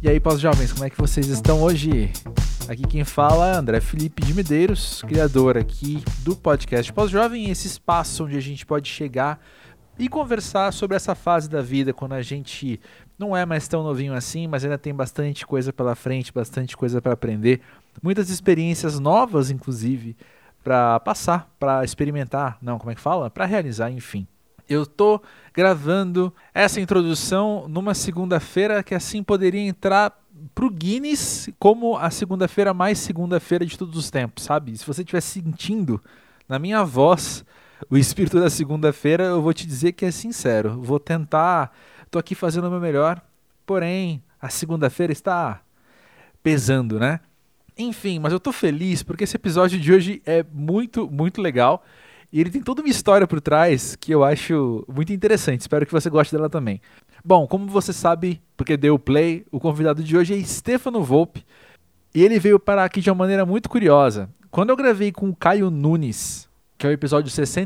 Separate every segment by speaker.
Speaker 1: E aí, pós-jovens, como é que vocês estão hoje? Aqui quem fala é André Felipe de Medeiros, criador aqui do podcast Pós-Jovem, esse espaço onde a gente pode chegar e conversar sobre essa fase da vida, quando a gente não é mais tão novinho assim, mas ainda tem bastante coisa pela frente, bastante coisa para aprender, muitas experiências novas, inclusive, para passar, para experimentar, para realizar, enfim. Eu tô gravando essa introdução numa segunda-feira que assim poderia entrar pro Guinness como a segunda-feira mais segunda-feira de todos os tempos, sabe? Se você estiver sentindo na minha voz o espírito da segunda-feira, eu vou te dizer que é sincero. Vou tentar, tô aqui fazendo o meu melhor, porém a segunda-feira está pesando, né? Enfim, mas eu tô feliz porque esse episódio de hoje é muito, muito legal. E ele tem toda uma história por trás que eu acho muito interessante. Espero que você goste dela também. Bom, como você sabe, porque deu play, o convidado de hoje é Stefano Volpi. E ele veio parar aqui de uma maneira muito curiosa. Quando eu gravei com o Caio Nunes, que é o episódio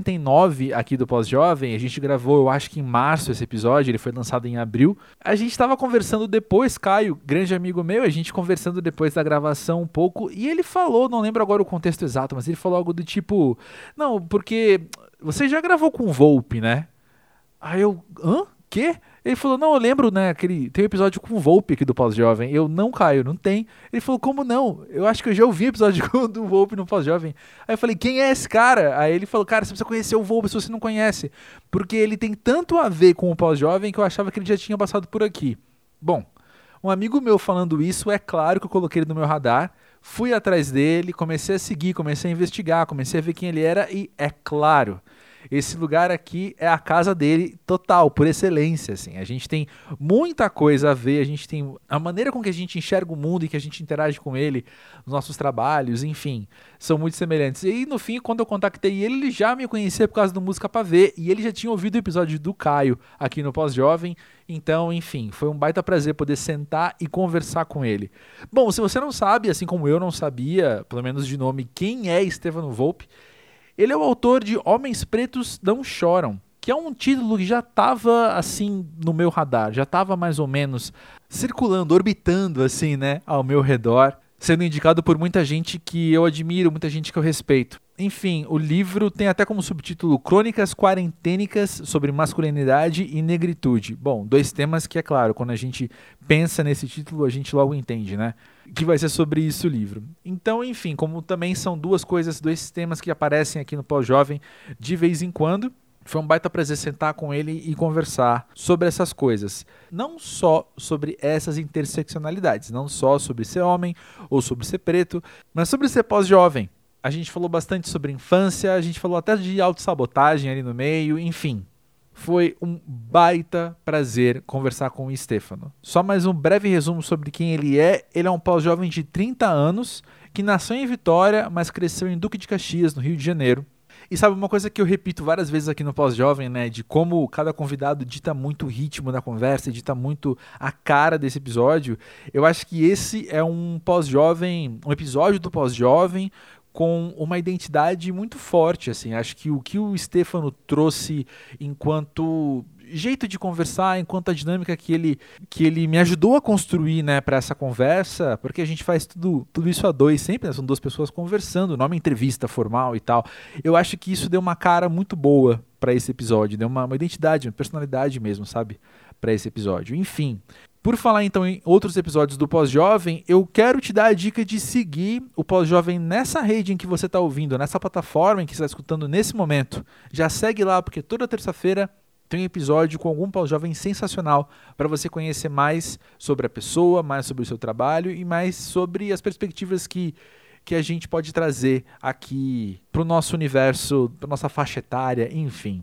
Speaker 1: 69 aqui do Pós-Jovem, a gente gravou, eu acho que em março esse episódio, ele foi lançado em abril. A gente estava conversando depois, Caio, grande amigo meu, a gente conversando depois da gravação um pouco, e ele falou, não lembro agora o contexto exato, mas ele falou algo do tipo, não, porque você já gravou com o Volpi, né? Aí eu, quê? Ele falou, não, eu lembro, né, tem um episódio com o Volpi aqui do Pós-Jovem. Eu, não, Caio, não tem. Ele falou, como não? Eu acho que eu já ouvi episódio do Volpi no Pós-Jovem. Aí eu falei, quem é esse cara? Aí ele falou, cara, você precisa conhecer o Volpi se você não conhece. Porque ele tem tanto a ver com o Pós-Jovem que eu achava que ele já tinha passado por aqui. Bom, um amigo meu falando isso, é claro que eu coloquei ele no meu radar. Fui atrás dele, comecei a seguir, comecei a investigar, comecei a ver quem ele era e, é claro, esse lugar aqui é a casa dele total, por excelência, assim. A gente tem muita coisa a ver, a gente tem a maneira com que a gente enxerga o mundo e que a gente interage com ele, os nossos trabalhos, enfim, são muito semelhantes. E no fim, quando eu contactei ele já me conhecia por causa do Música Pra Ver e ele já tinha ouvido o episódio do Caio aqui no Pós-Jovem, então, enfim, foi um baita prazer poder sentar e conversar com ele. Bom, se você não sabe, assim como eu não sabia, pelo menos de nome, quem é Stefano Volpi, ele é o autor de Homens Pretos Não Choram, que é um título que já estava assim no meu radar, já estava mais ou menos circulando, orbitando assim, né, ao meu redor, sendo indicado por muita gente que eu admiro, muita gente que eu respeito. Enfim, o livro tem até como subtítulo Crônicas Quarentênicas sobre Masculinidade e Negritude. Bom, dois temas que, é claro, quando a gente pensa nesse título, a gente logo entende, né? Que vai ser sobre isso o livro. Então, enfim, como também são duas coisas, dois temas que aparecem aqui no Pós-Jovem de vez em quando, foi um baita prazer sentar com ele e conversar sobre essas coisas. Não só sobre essas interseccionalidades, não só sobre ser homem ou sobre ser preto, mas sobre ser pós-jovem. A gente falou bastante sobre infância, a gente falou até de autossabotagem ali no meio, enfim. Foi um baita prazer conversar com o Stefano. Só mais um breve resumo sobre quem ele é. Ele é um pós-jovem de 30 anos, que nasceu em Vitória, mas cresceu em Duque de Caxias, no Rio de Janeiro. E sabe uma coisa que eu repito várias vezes aqui no Pós-Jovem, né? De como cada convidado dita muito o ritmo da conversa, dita muito a cara desse episódio. Eu acho que esse é um pós-jovem, um episódio do Pós-Jovem com uma identidade muito forte, assim. Acho que o Stefano trouxe enquanto jeito de conversar, enquanto a dinâmica que ele me ajudou a construir, né, para essa conversa, porque a gente faz tudo isso a dois sempre, né? São duas pessoas conversando, não é uma entrevista formal e tal. Eu acho que isso deu uma cara muito boa para esse episódio, deu uma identidade, uma personalidade mesmo, sabe, para esse episódio. Enfim, por falar então em outros episódios do Pós-Jovem, eu quero te dar a dica de seguir o Pós-Jovem nessa rede em que você está ouvindo, nessa plataforma em que você está escutando nesse momento. Já segue lá, porque toda terça-feira tem um episódio com algum pós-jovem sensacional para você conhecer mais sobre a pessoa, mais sobre o seu trabalho e mais sobre as perspectivas que a gente pode trazer aqui para o nosso universo, para nossa faixa etária, enfim.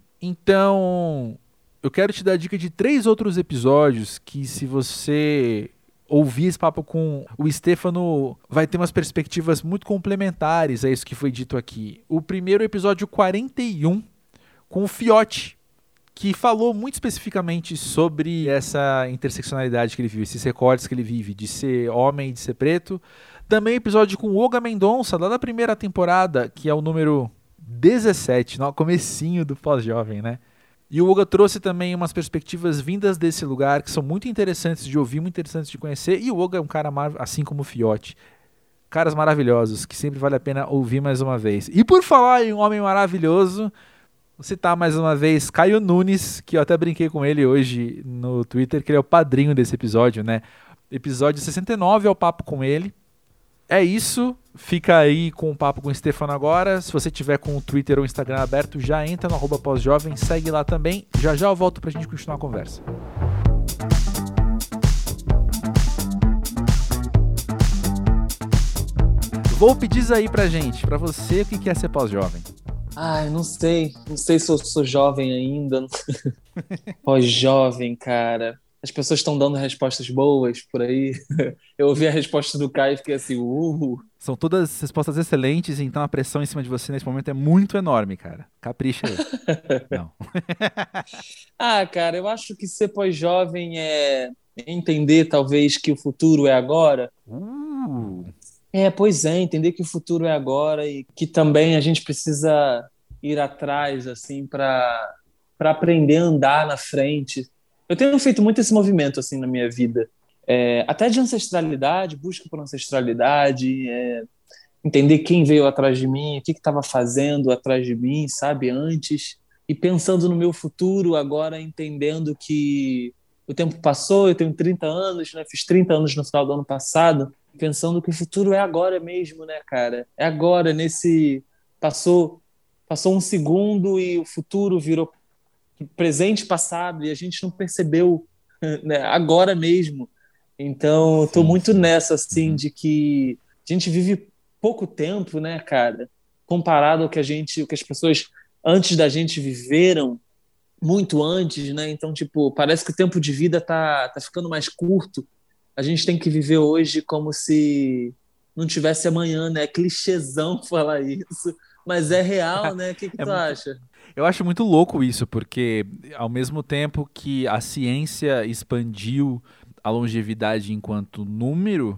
Speaker 1: Então, eu quero te dar a dica de 3 outros episódios que, se você ouvir esse papo com o Stefano, vai ter umas perspectivas muito complementares a isso que foi dito aqui. O primeiro, episódio 41, com o Fiote, que falou muito especificamente sobre essa interseccionalidade que ele vive, esses recortes que ele vive, de ser homem e de ser preto. Também episódio com o Olga Mendonça, lá da primeira temporada, que é o número 17, no comecinho do Pós-Jovem, né? E o Olga trouxe também umas perspectivas vindas desse lugar que são muito interessantes de ouvir, muito interessantes de conhecer. E o Olga é um cara assim como o Fiote. Caras maravilhosos, que sempre vale a pena ouvir mais uma vez. E por falar em um homem maravilhoso, vou citar mais uma vez Caio Nunes, que eu até brinquei com ele hoje no Twitter, que ele é o padrinho desse episódio, né? Episódio 69 é o papo com ele. É isso, fica aí com o papo com o Stefano agora. Se você tiver com o Twitter ou o Instagram aberto, já entra no @pós-jovem, segue lá também. Já já eu volto pra gente continuar a conversa. Volpe, diz aí pra gente, pra você, o que é ser pós-jovem?
Speaker 2: Ai, não sei se eu sou jovem ainda. Pós-jovem, cara. As pessoas estão dando respostas boas por aí. Eu ouvi a resposta do Caio e fiquei assim,
Speaker 1: São todas respostas excelentes, então a pressão em cima de você nesse momento é muito enorme, cara. Capricha aí. Não.
Speaker 2: Ah, cara, eu acho que ser pós-jovem é entender, talvez, que o futuro é agora. Pois é, entender que o futuro é agora e que também a gente precisa ir atrás, assim, para aprender a andar na frente. Eu tenho feito muito esse movimento, assim, na minha vida. Até de ancestralidade, busca por ancestralidade, entender quem veio atrás de mim, o que estava fazendo atrás de mim, sabe, antes. E pensando no meu futuro agora, entendendo que o tempo passou, eu tenho 30 anos, né? Fiz 30 anos no final do ano passado, pensando que o futuro é agora mesmo, né, cara? É agora, Passou um segundo e o futuro virou presente, passado, e a gente não percebeu, né, agora mesmo. Então, estou muito nessa, assim, de que a gente vive pouco tempo, né, cara? Comparado ao que o que as pessoas antes da gente viveram, muito antes, né? Então, tipo, parece que o tempo de vida tá ficando mais curto. A gente tem que viver hoje como se não tivesse amanhã, né? É clichêzão falar isso, mas é real, né? O que tu acha?
Speaker 1: Eu acho muito louco isso, porque ao mesmo tempo que a ciência expandiu a longevidade enquanto número,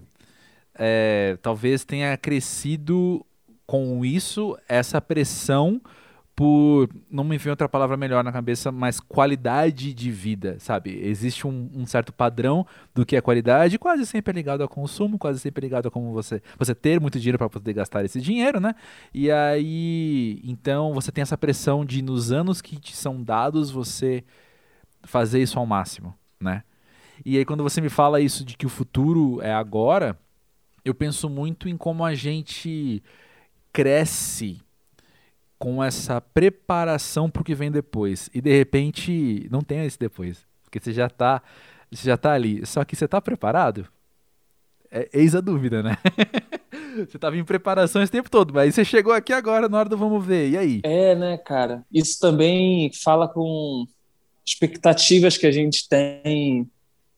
Speaker 1: talvez tenha crescido com isso essa pressão por, não me vem outra palavra melhor na cabeça, mas qualidade de vida, sabe? Existe um certo padrão do que é qualidade, quase sempre é ligado ao consumo, quase sempre é ligado a como você ter muito dinheiro para poder gastar esse dinheiro, né? E aí, então, você tem essa pressão de, nos anos que te são dados, você fazer isso ao máximo, né? E aí, quando você me fala isso de que o futuro é agora, eu penso muito em como a gente cresce com essa preparação para o que vem depois. E de repente não tem esse depois. Porque você já tá ali. Só que você tá preparado? Eis a dúvida, né? Você tava em preparação esse tempo todo, mas você chegou aqui agora na hora do vamos ver. E aí?
Speaker 2: Né, cara? Isso também fala com expectativas que a gente tem.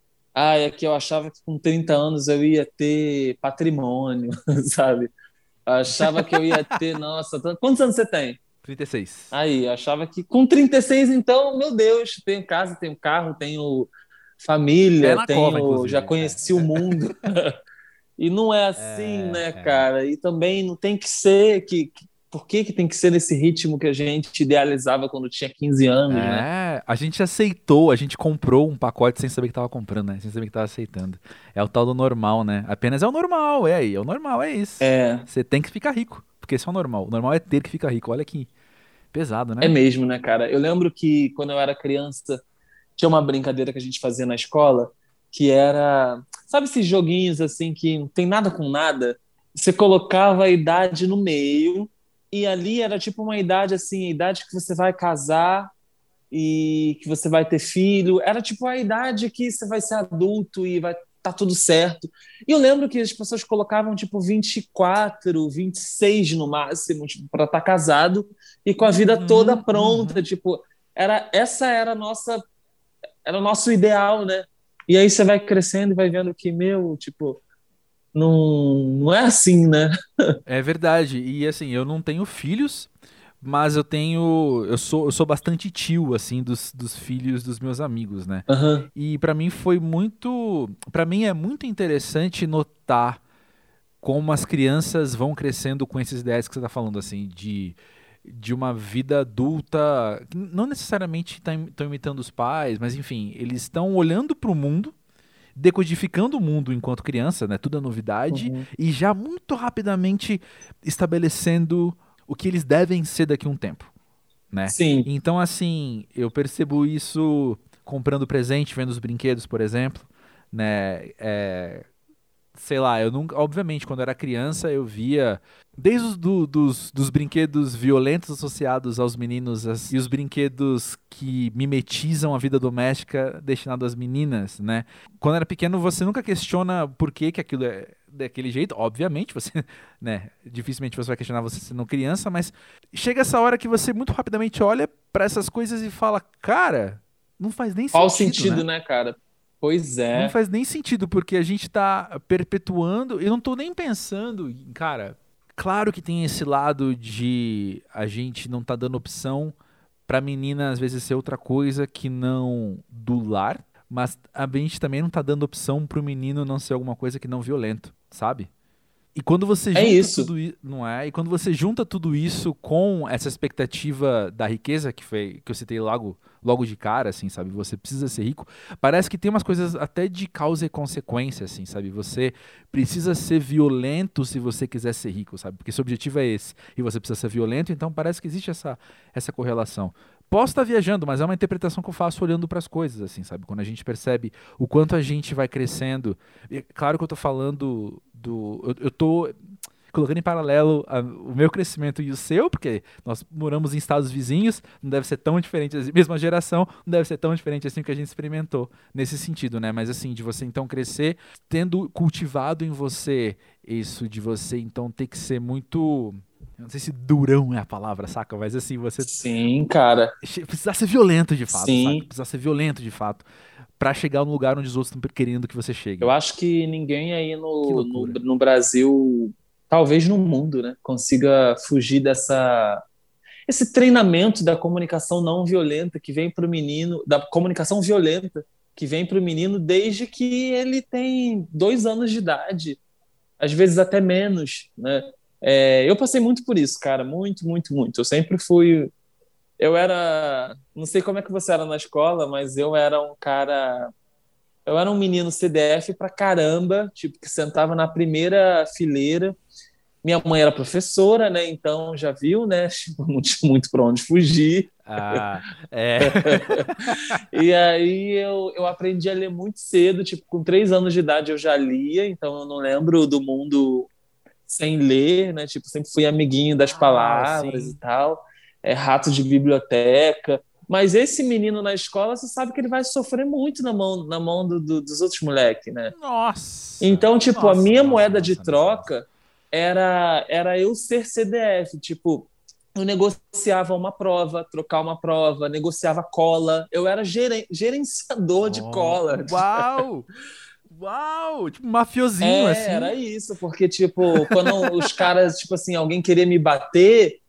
Speaker 2: É que eu achava que com 30 anos eu ia ter patrimônio, sabe? Eu achava que eu ia ter, nossa, quantos anos você tem?
Speaker 1: 36.
Speaker 2: Aí, achava que com 36, então, meu Deus, tenho casa, tenho carro, tenho família,
Speaker 1: Na cova, inclusive.
Speaker 2: já conheci o mundo. E não é assim, né, cara? E também não tem que ser por que tem que ser nesse ritmo que a gente idealizava quando tinha 15 anos, né?
Speaker 1: A gente aceitou, a gente comprou um pacote sem saber que tava comprando, né? Sem saber que tava aceitando. É o tal do normal, né? Apenas é o normal, é o normal, é isso. Você tem que ficar rico, porque esse é o normal. O normal é ter que ficar rico. Olha que pesado, né?
Speaker 2: É mesmo, né, cara? Eu lembro que quando eu era criança, tinha uma brincadeira que a gente fazia na escola, que era, sabe esses joguinhos assim que não tem nada com nada? Você colocava a idade no meio e ali era tipo uma idade assim, a idade que você vai casar e que você vai ter filho, era tipo a idade que você vai ser adulto e vai tá tudo certo. E eu lembro que as pessoas colocavam tipo 24, 26 no máximo, tipo, para estar casado e com a vida toda pronta, tipo, essa era a nossa era o nosso ideal, né? E aí você vai crescendo e vai vendo que, tipo, não é assim, né?
Speaker 1: É verdade. E assim, eu não tenho filhos, mas eu sou bastante tio, assim, dos filhos dos meus amigos, né?
Speaker 2: Uhum.
Speaker 1: E pra mim é muito interessante notar como as crianças vão crescendo com esses ideias que você tá falando, assim, de de uma vida adulta, que não necessariamente estão imitando os pais, mas enfim, eles estão olhando para o mundo, decodificando o mundo enquanto criança, né? Tudo é novidade,
Speaker 2: Uhum.
Speaker 1: e já muito rapidamente estabelecendo o que eles devem ser daqui a um tempo, né?
Speaker 2: Sim,
Speaker 1: Então, assim, eu percebo isso comprando presente, vendo os brinquedos, por exemplo, né? Sei lá, eu nunca, obviamente, quando eu era criança, eu via desde dos brinquedos violentos associados aos meninos e os brinquedos que mimetizam a vida doméstica destinado às meninas, né? Quando era pequeno, você nunca questiona por que que aquilo é daquele jeito. Obviamente, você, né, dificilmente você vai questionar você sendo criança, mas chega essa hora que você muito rapidamente olha pra essas coisas e fala, cara, não faz nem
Speaker 2: qual o
Speaker 1: sentido,
Speaker 2: sentido,
Speaker 1: né?
Speaker 2: né, cara? Pois
Speaker 1: Não
Speaker 2: é.
Speaker 1: faz nem sentido, porque a gente tá perpetuando. Eu não tô nem pensando, cara. Claro que tem esse lado de a gente não tá dando opção pra menina às vezes ser outra coisa que não do lar, mas a gente também não tá dando opção pro menino não ser alguma coisa que não violento, sabe? E quando você
Speaker 2: É
Speaker 1: junta
Speaker 2: isso.
Speaker 1: tudo isso, não é? E quando você junta tudo isso com essa expectativa da riqueza que eu citei logo de cara, assim, sabe? Você precisa ser rico. Parece que tem umas coisas até de causa e consequência, assim, sabe? Você precisa ser violento se você quiser ser rico, sabe? Porque seu objetivo é esse e você precisa ser violento, então parece que existe essa correlação. Posso estar viajando, mas é uma interpretação que eu faço olhando para as coisas, assim, sabe? Quando a gente percebe o quanto a gente vai crescendo. E claro que eu tô falando eu tô colocando em paralelo o meu crescimento e o seu, porque nós moramos em estados vizinhos, não deve ser tão diferente, mesma geração, não deve ser tão diferente assim o que a gente experimentou nesse sentido, né? Mas assim, de você então crescer, tendo cultivado em você isso, de você então ter que ser muito. Eu não sei se durão é a palavra, saca? Mas assim, você
Speaker 2: Sim, cara.
Speaker 1: precisar ser violento de fato, saca?
Speaker 2: Sim.
Speaker 1: Precisar ser violento de fato, pra chegar no lugar onde os outros estão querendo que você
Speaker 2: Eu
Speaker 1: chegue.
Speaker 2: acho que ninguém aí
Speaker 1: Que
Speaker 2: no, no,
Speaker 1: loucura.
Speaker 2: no Brasil, talvez no mundo, né, consiga fugir dessa esse treinamento da comunicação não violenta que vem para o menino, da comunicação violenta que vem para o menino desde que ele tem 2 anos de idade, às vezes até menos, né? Eu passei muito por isso, cara, muito, muito, muito. Eu sempre fui, eu era, não sei como é que você era na escola, mas eu era um menino CDF pra caramba, tipo, que sentava na primeira fileira. Minha mãe era professora, né? Então já viu, né? Tipo, não tinha muito para onde fugir.
Speaker 1: Ah, é.
Speaker 2: E aí eu aprendi a ler muito cedo, tipo, com 3 anos de idade eu já lia, então eu não lembro do mundo sem ler, né? Tipo, sempre fui amiguinho das
Speaker 1: Uau,
Speaker 2: palavras e
Speaker 1: sim.
Speaker 2: tal, rato de biblioteca. Mas esse menino na escola, você sabe que ele vai sofrer muito na mão dos outros moleques, né?
Speaker 1: Nossa.
Speaker 2: Então, tipo, a
Speaker 1: Nossa,
Speaker 2: minha
Speaker 1: nossa,
Speaker 2: moeda de
Speaker 1: nossa, nossa, nossa.
Speaker 2: troca era eu ser CDF. Tipo, eu negociava uma prova, trocar uma prova, negociava cola. Eu era gerenciador de
Speaker 1: Oh,
Speaker 2: cola.
Speaker 1: uau! Uau! Tipo, mafiosinho,
Speaker 2: Era
Speaker 1: assim.
Speaker 2: isso, porque, tipo, quando os caras, tipo assim, alguém queria me bater,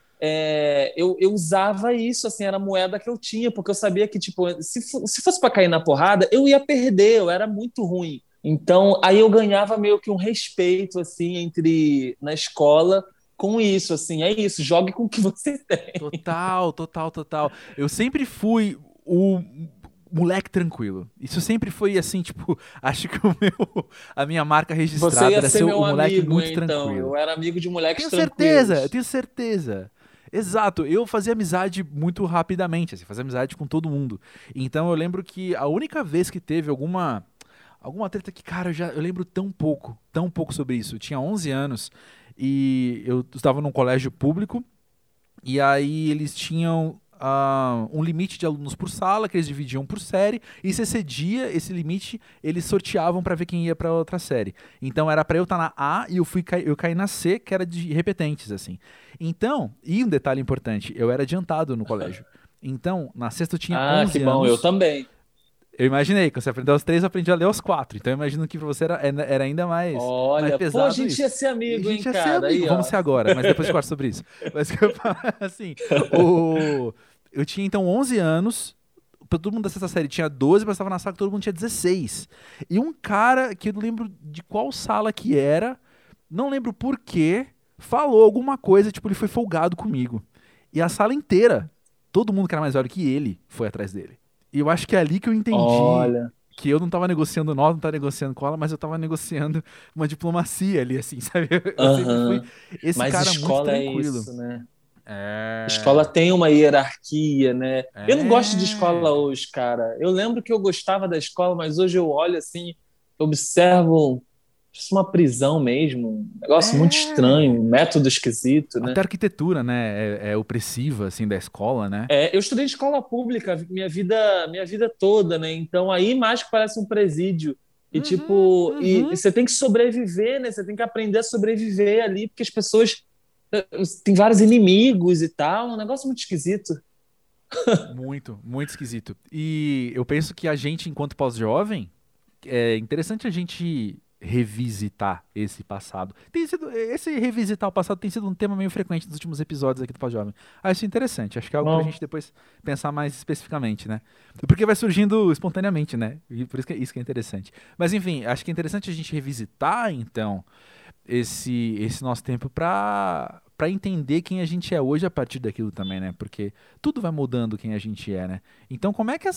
Speaker 2: eu usava isso, assim, era a moeda que eu tinha, porque eu sabia que, tipo, se fosse para cair na porrada, eu ia perder, eu era muito ruim. Então, aí eu ganhava meio que um respeito, assim, na escola com isso, assim, é isso, jogue com o que você tem.
Speaker 1: Total, total, total. Eu sempre fui o moleque tranquilo. Isso sempre foi assim, tipo, acho que a minha marca
Speaker 2: Você
Speaker 1: registrada
Speaker 2: ia
Speaker 1: era
Speaker 2: ser
Speaker 1: ser
Speaker 2: meu
Speaker 1: o moleque
Speaker 2: amigo,
Speaker 1: muito
Speaker 2: então,
Speaker 1: tranquilo.
Speaker 2: eu era amigo de moleques
Speaker 1: Tenho certeza, eu
Speaker 2: tranquilos.
Speaker 1: tenho certeza. Exato, eu fazia amizade muito rapidamente, assim, fazia amizade com todo mundo. Então eu lembro que a única vez que teve alguma treta que, cara, eu lembro tão pouco sobre isso. Eu tinha 11 anos e eu estava num colégio público e aí eles tinham um limite de alunos por sala, que eles dividiam por série, e se excedia esse limite, eles sorteavam para ver quem ia para outra série. Então era para eu estar na A e eu caí na C, que era de repetentes, assim. Então, e um detalhe importante, eu era adiantado no colégio. Então, na sexta eu tinha
Speaker 2: Ah, que
Speaker 1: 11
Speaker 2: bom, eu
Speaker 1: anos.
Speaker 2: também.
Speaker 1: Eu imaginei, quando você aprendeu aos 3, eu aprendi a ler aos 4. Então eu imagino que pra você era ainda mais
Speaker 2: Olha, pô, a
Speaker 1: pesado
Speaker 2: gente
Speaker 1: isso.
Speaker 2: ia ser
Speaker 1: E a
Speaker 2: amigo, hein,
Speaker 1: gente ia ser
Speaker 2: cara,
Speaker 1: amigo,
Speaker 2: aí,
Speaker 1: vamos
Speaker 2: ó.
Speaker 1: ser agora, mas depois eu corto sobre isso. Mas que eu falo, assim, eu tinha então 11 anos, todo mundo da sexta série tinha 12, mas estava na sala que todo mundo tinha 16. E um cara que eu não lembro de qual sala que era, não lembro por quê, falou alguma coisa, tipo, ele foi folgado comigo. E a sala inteira, todo mundo que era mais velho que ele, foi atrás dele. E eu acho que é ali que eu entendi
Speaker 2: Olha,
Speaker 1: que eu não tava negociando nós, não tava negociando com ela, mas eu tava negociando uma diplomacia ali, assim, sabe? Eu sempre fui
Speaker 2: aham.
Speaker 1: esse
Speaker 2: Mas
Speaker 1: cara muito
Speaker 2: escola é
Speaker 1: tranquilo.
Speaker 2: isso, né? Escola
Speaker 1: É.
Speaker 2: tem uma hierarquia, né? Eu não gosto de escola
Speaker 1: É.
Speaker 2: hoje, cara. Eu lembro que eu gostava da escola, mas hoje eu olho assim, observo isso é uma prisão mesmo, um negócio muito estranho,
Speaker 1: É.
Speaker 2: um método esquisito, né?
Speaker 1: Até a arquitetura, né, é opressiva, assim, da escola, né?
Speaker 2: Eu estudei em escola pública minha vida toda, né? Então aí mais que parece um presídio. E
Speaker 1: Uhum,
Speaker 2: tipo, e
Speaker 1: uhum.
Speaker 2: você tem que sobreviver, né? Você tem que aprender a sobreviver ali, porque as pessoas têm vários inimigos e tal, um negócio muito esquisito.
Speaker 1: Muito, muito esquisito. E eu penso que a gente, enquanto pós-jovem, é interessante a gente revisitar esse passado. Esse revisitar o passado tem sido um tema meio frequente nos últimos episódios aqui do Pós-Jovem. Acho interessante, acho que é algo pra
Speaker 2: Bom,
Speaker 1: gente depois pensar mais especificamente, né? Porque vai surgindo espontaneamente, né? E por isso que é interessante. Mas enfim, acho que é interessante a gente revisitar, então, esse nosso tempo para entender quem a gente é hoje a partir daquilo também, né? Porque tudo vai mudando quem a gente é, né? Então, como é que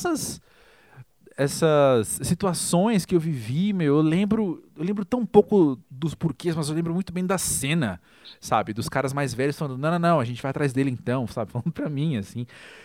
Speaker 1: essas situações que eu vivi, meu, eu lembro tão pouco dos porquês, mas eu lembro muito bem da cena, sabe? Dos caras mais velhos falando, não, não, não, a gente vai atrás dele então, sabe? Falando pra mim, assim.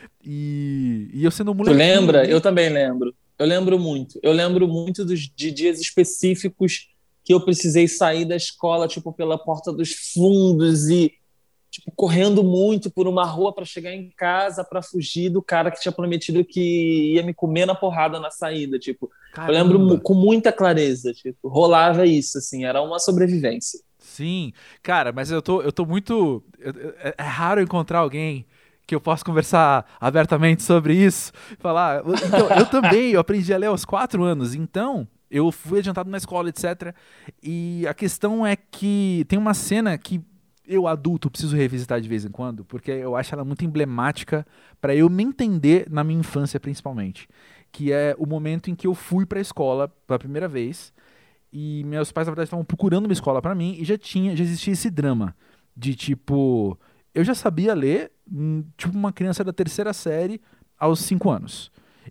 Speaker 1: E eu sendo um
Speaker 2: tu
Speaker 1: molequinho
Speaker 2: lembra? Eu
Speaker 1: ali.
Speaker 2: também lembro. Eu lembro muito. Eu lembro muito de dias específicos que eu precisei sair da escola, tipo, pela porta dos fundos e tipo, correndo muito por uma rua para chegar em casa para fugir do cara que tinha prometido que ia me comer na porrada na saída, tipo. Eu lembro
Speaker 1: Caramba!
Speaker 2: com muita clareza, tipo, rolava isso assim, era uma sobrevivência.
Speaker 1: Sim, cara, mas eu tô muito. É raro encontrar alguém que eu possa conversar abertamente sobre isso. Falar. Então, eu também, eu aprendi a ler aos 4 anos, então eu fui adiantado na escola, etc. E a questão é que tem uma cena que eu, adulto, preciso revisitar de vez em quando, porque eu acho ela muito emblemática pra eu me entender na minha infância, principalmente. Que é o momento em que eu fui pra escola pela primeira vez. E meus pais, na verdade, estavam procurando uma escola pra mim e já existia esse drama de tipo, eu já sabia ler, tipo uma criança da terceira série aos 5 anos.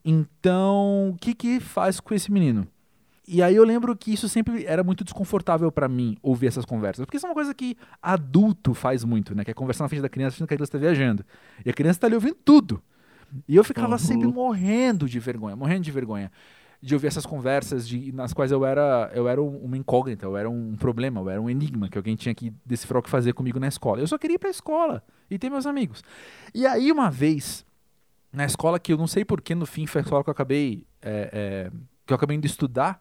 Speaker 1: Então, o que que faz com esse menino? E aí eu lembro que isso sempre era muito desconfortável pra mim ouvir essas conversas, porque isso é uma coisa que adulto faz muito, né? Que é conversar na frente da criança achando que a criança tá viajando. E a criança tá ali ouvindo tudo. E eu ficava sempre
Speaker 2: Uhum.
Speaker 1: morrendo de vergonha de ouvir essas conversas nas quais eu era uma incógnita, eu era um problema, eu era um enigma que alguém tinha que decifrar o que fazer comigo na escola. Eu só queria ir pra escola e ter meus amigos. E aí uma vez, na escola que eu não sei porquê, no fim foi a escola que eu acabei indo estudar,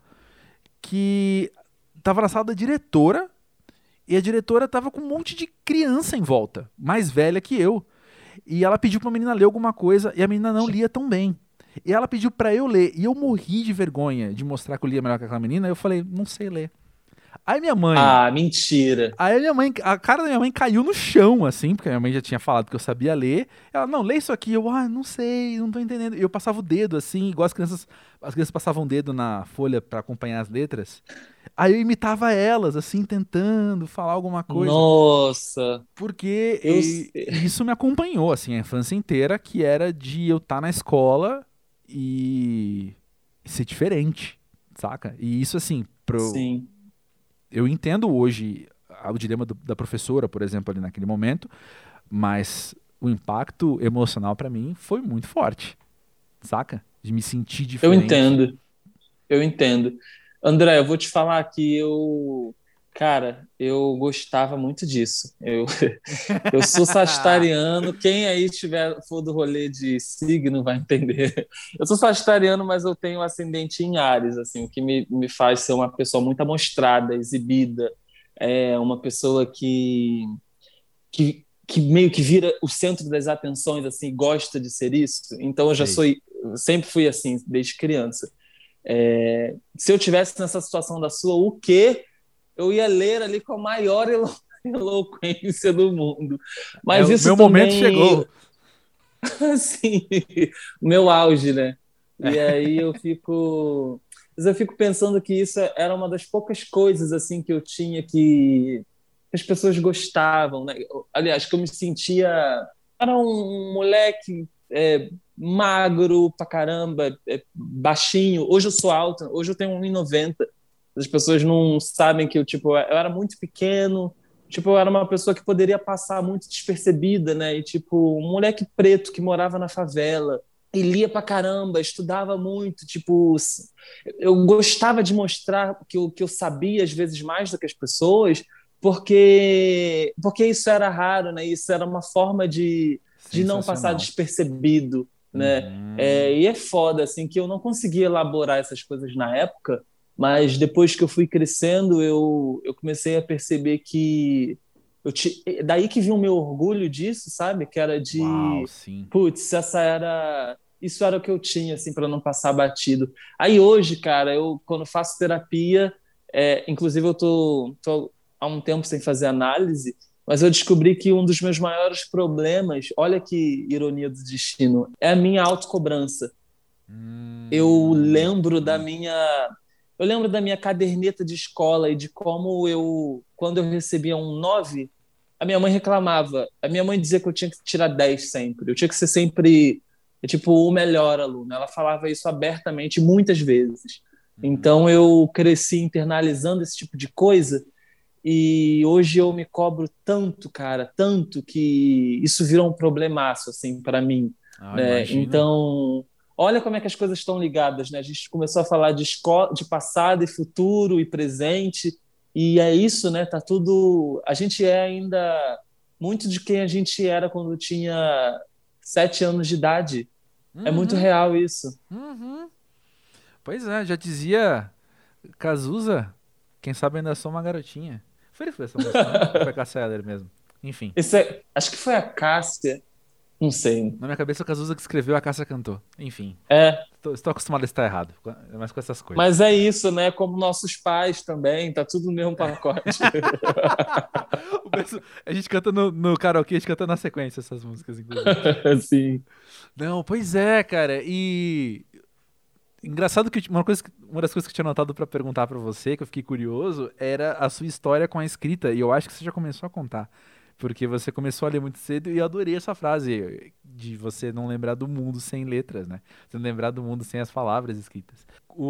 Speaker 1: que tava na sala da diretora e a diretora tava com um monte de criança em volta, mais velha que eu. E ela pediu pra menina ler alguma coisa e a menina não lia tão bem. E ela pediu pra eu ler. E eu morri de vergonha de mostrar que eu lia melhor que aquela menina. Eu falei, não sei ler. Aí minha mãe.
Speaker 2: Ah, mentira.
Speaker 1: Aí a cara da minha mãe caiu no chão, assim, porque a minha mãe já tinha falado que eu sabia ler. Ela, não, lê isso aqui. Eu, não sei, não tô entendendo. E eu passava o dedo, assim, igual as crianças passavam o dedo na folha pra acompanhar as letras. Aí eu imitava elas, assim, tentando falar alguma coisa.
Speaker 2: Nossa,
Speaker 1: Porque
Speaker 2: eu
Speaker 1: isso me acompanhou, assim, a infância inteira, que era de eu estar na escola e ser diferente, saca? E isso, assim,
Speaker 2: sim.
Speaker 1: eu entendo hoje o dilema da professora, por exemplo, ali naquele momento, mas o impacto emocional pra mim foi muito forte, saca? De me sentir
Speaker 2: Eu
Speaker 1: diferente.
Speaker 2: entendo. Eu entendo. André, eu vou te falar que cara, eu gostava muito disso. Eu sou sagitariano. Quem aí for do rolê de signo vai entender. Eu sou sagitariano, mas eu tenho ascendente em Áries, assim, o que me faz ser uma pessoa muito amostrada, exibida, uma pessoa que meio que vira o centro das atenções, assim, gosta de ser isso. Então
Speaker 1: Sei.
Speaker 2: eu sempre fui assim desde criança. Se eu tivesse nessa situação da sua, o que eu ia ler ali com a maior eloquência do mundo.
Speaker 1: É,
Speaker 2: Mas
Speaker 1: o
Speaker 2: isso
Speaker 1: meu momento
Speaker 2: também,
Speaker 1: chegou.
Speaker 2: assim, o meu auge, né?
Speaker 1: É.
Speaker 2: E aí mas eu fico pensando que isso era uma das poucas coisas assim que eu tinha que as pessoas gostavam, né? Aliás, que eu me sentia era um moleque magro pra caramba, baixinho. Hoje eu sou alto, hoje eu tenho 1,90. As pessoas não sabem que eu era muito pequeno. Tipo, eu era uma pessoa que poderia passar muito despercebida, né? E, tipo, um moleque preto que morava na favela e lia pra caramba, estudava muito. Tipo, eu gostava de mostrar que eu sabia, às vezes, mais do que as pessoas, porque isso era raro, né? Isso era uma forma de não passar
Speaker 1: Sensacional.
Speaker 2: despercebido, né?
Speaker 1: Uhum.
Speaker 2: E é foda, assim, que eu não conseguia elaborar essas coisas na época, mas depois que eu fui crescendo, eu comecei a perceber que daí que vinha o meu orgulho disso, sabe? Que era
Speaker 1: Uau,
Speaker 2: de,
Speaker 1: sim.
Speaker 2: putz, isso era o que eu tinha, assim, para não passar batido. Aí hoje, cara, eu quando faço terapia, inclusive eu tô há um tempo sem fazer análise, mas eu descobri que um dos meus maiores problemas, olha que ironia do destino, é a minha autocobrança. Eu lembro da
Speaker 1: Sim.
Speaker 2: minha eu lembro da minha caderneta de escola e de como quando eu recebia um 9, a minha mãe reclamava. A minha mãe dizia que eu tinha que tirar 10 sempre. Eu tinha que ser sempre, tipo, o melhor aluno. Ela falava isso abertamente muitas vezes.
Speaker 1: Uhum.
Speaker 2: Então eu cresci internalizando esse tipo de coisa e hoje eu me cobro tanto, cara, tanto que isso virou um problemaço assim para mim,
Speaker 1: Ah,
Speaker 2: né?
Speaker 1: imagino.
Speaker 2: Então, olha como é que as coisas estão ligadas, né? A gente começou a falar de escola, de passado e futuro e presente, e é isso, né? Tá tudo, a gente é ainda muito de quem a gente era quando tinha 7 anos de idade. É muito
Speaker 1: Uhum.
Speaker 2: real isso.
Speaker 1: Uhum. Pois é, já dizia Cazuza, quem sabe ainda sou uma garotinha. Foi ele que fez essa música, né? Ou foi a Cássia Eller mesmo? Enfim,
Speaker 2: Acho que foi a Cássia, não sei.
Speaker 1: na minha cabeça o Cazuza que escreveu, a Cássia cantou. Enfim,
Speaker 2: É,
Speaker 1: estou acostumado a estar errado, mas com essas coisas.
Speaker 2: mas é isso, né? Como nossos pais também, tá tudo no mesmo pacote.
Speaker 1: A gente canta no karaokê, a gente canta na sequência essas músicas, inclusive.
Speaker 2: Sim.
Speaker 1: Não, pois é, cara. E engraçado que uma das coisas que eu tinha anotado pra perguntar pra você, que eu fiquei curioso, era a sua história com a escrita. E eu acho que você já começou a contar. Porque você começou a ler muito cedo e eu adorei essa frase de você não lembrar do mundo sem letras, né? Você não lembrar do mundo sem as palavras escritas.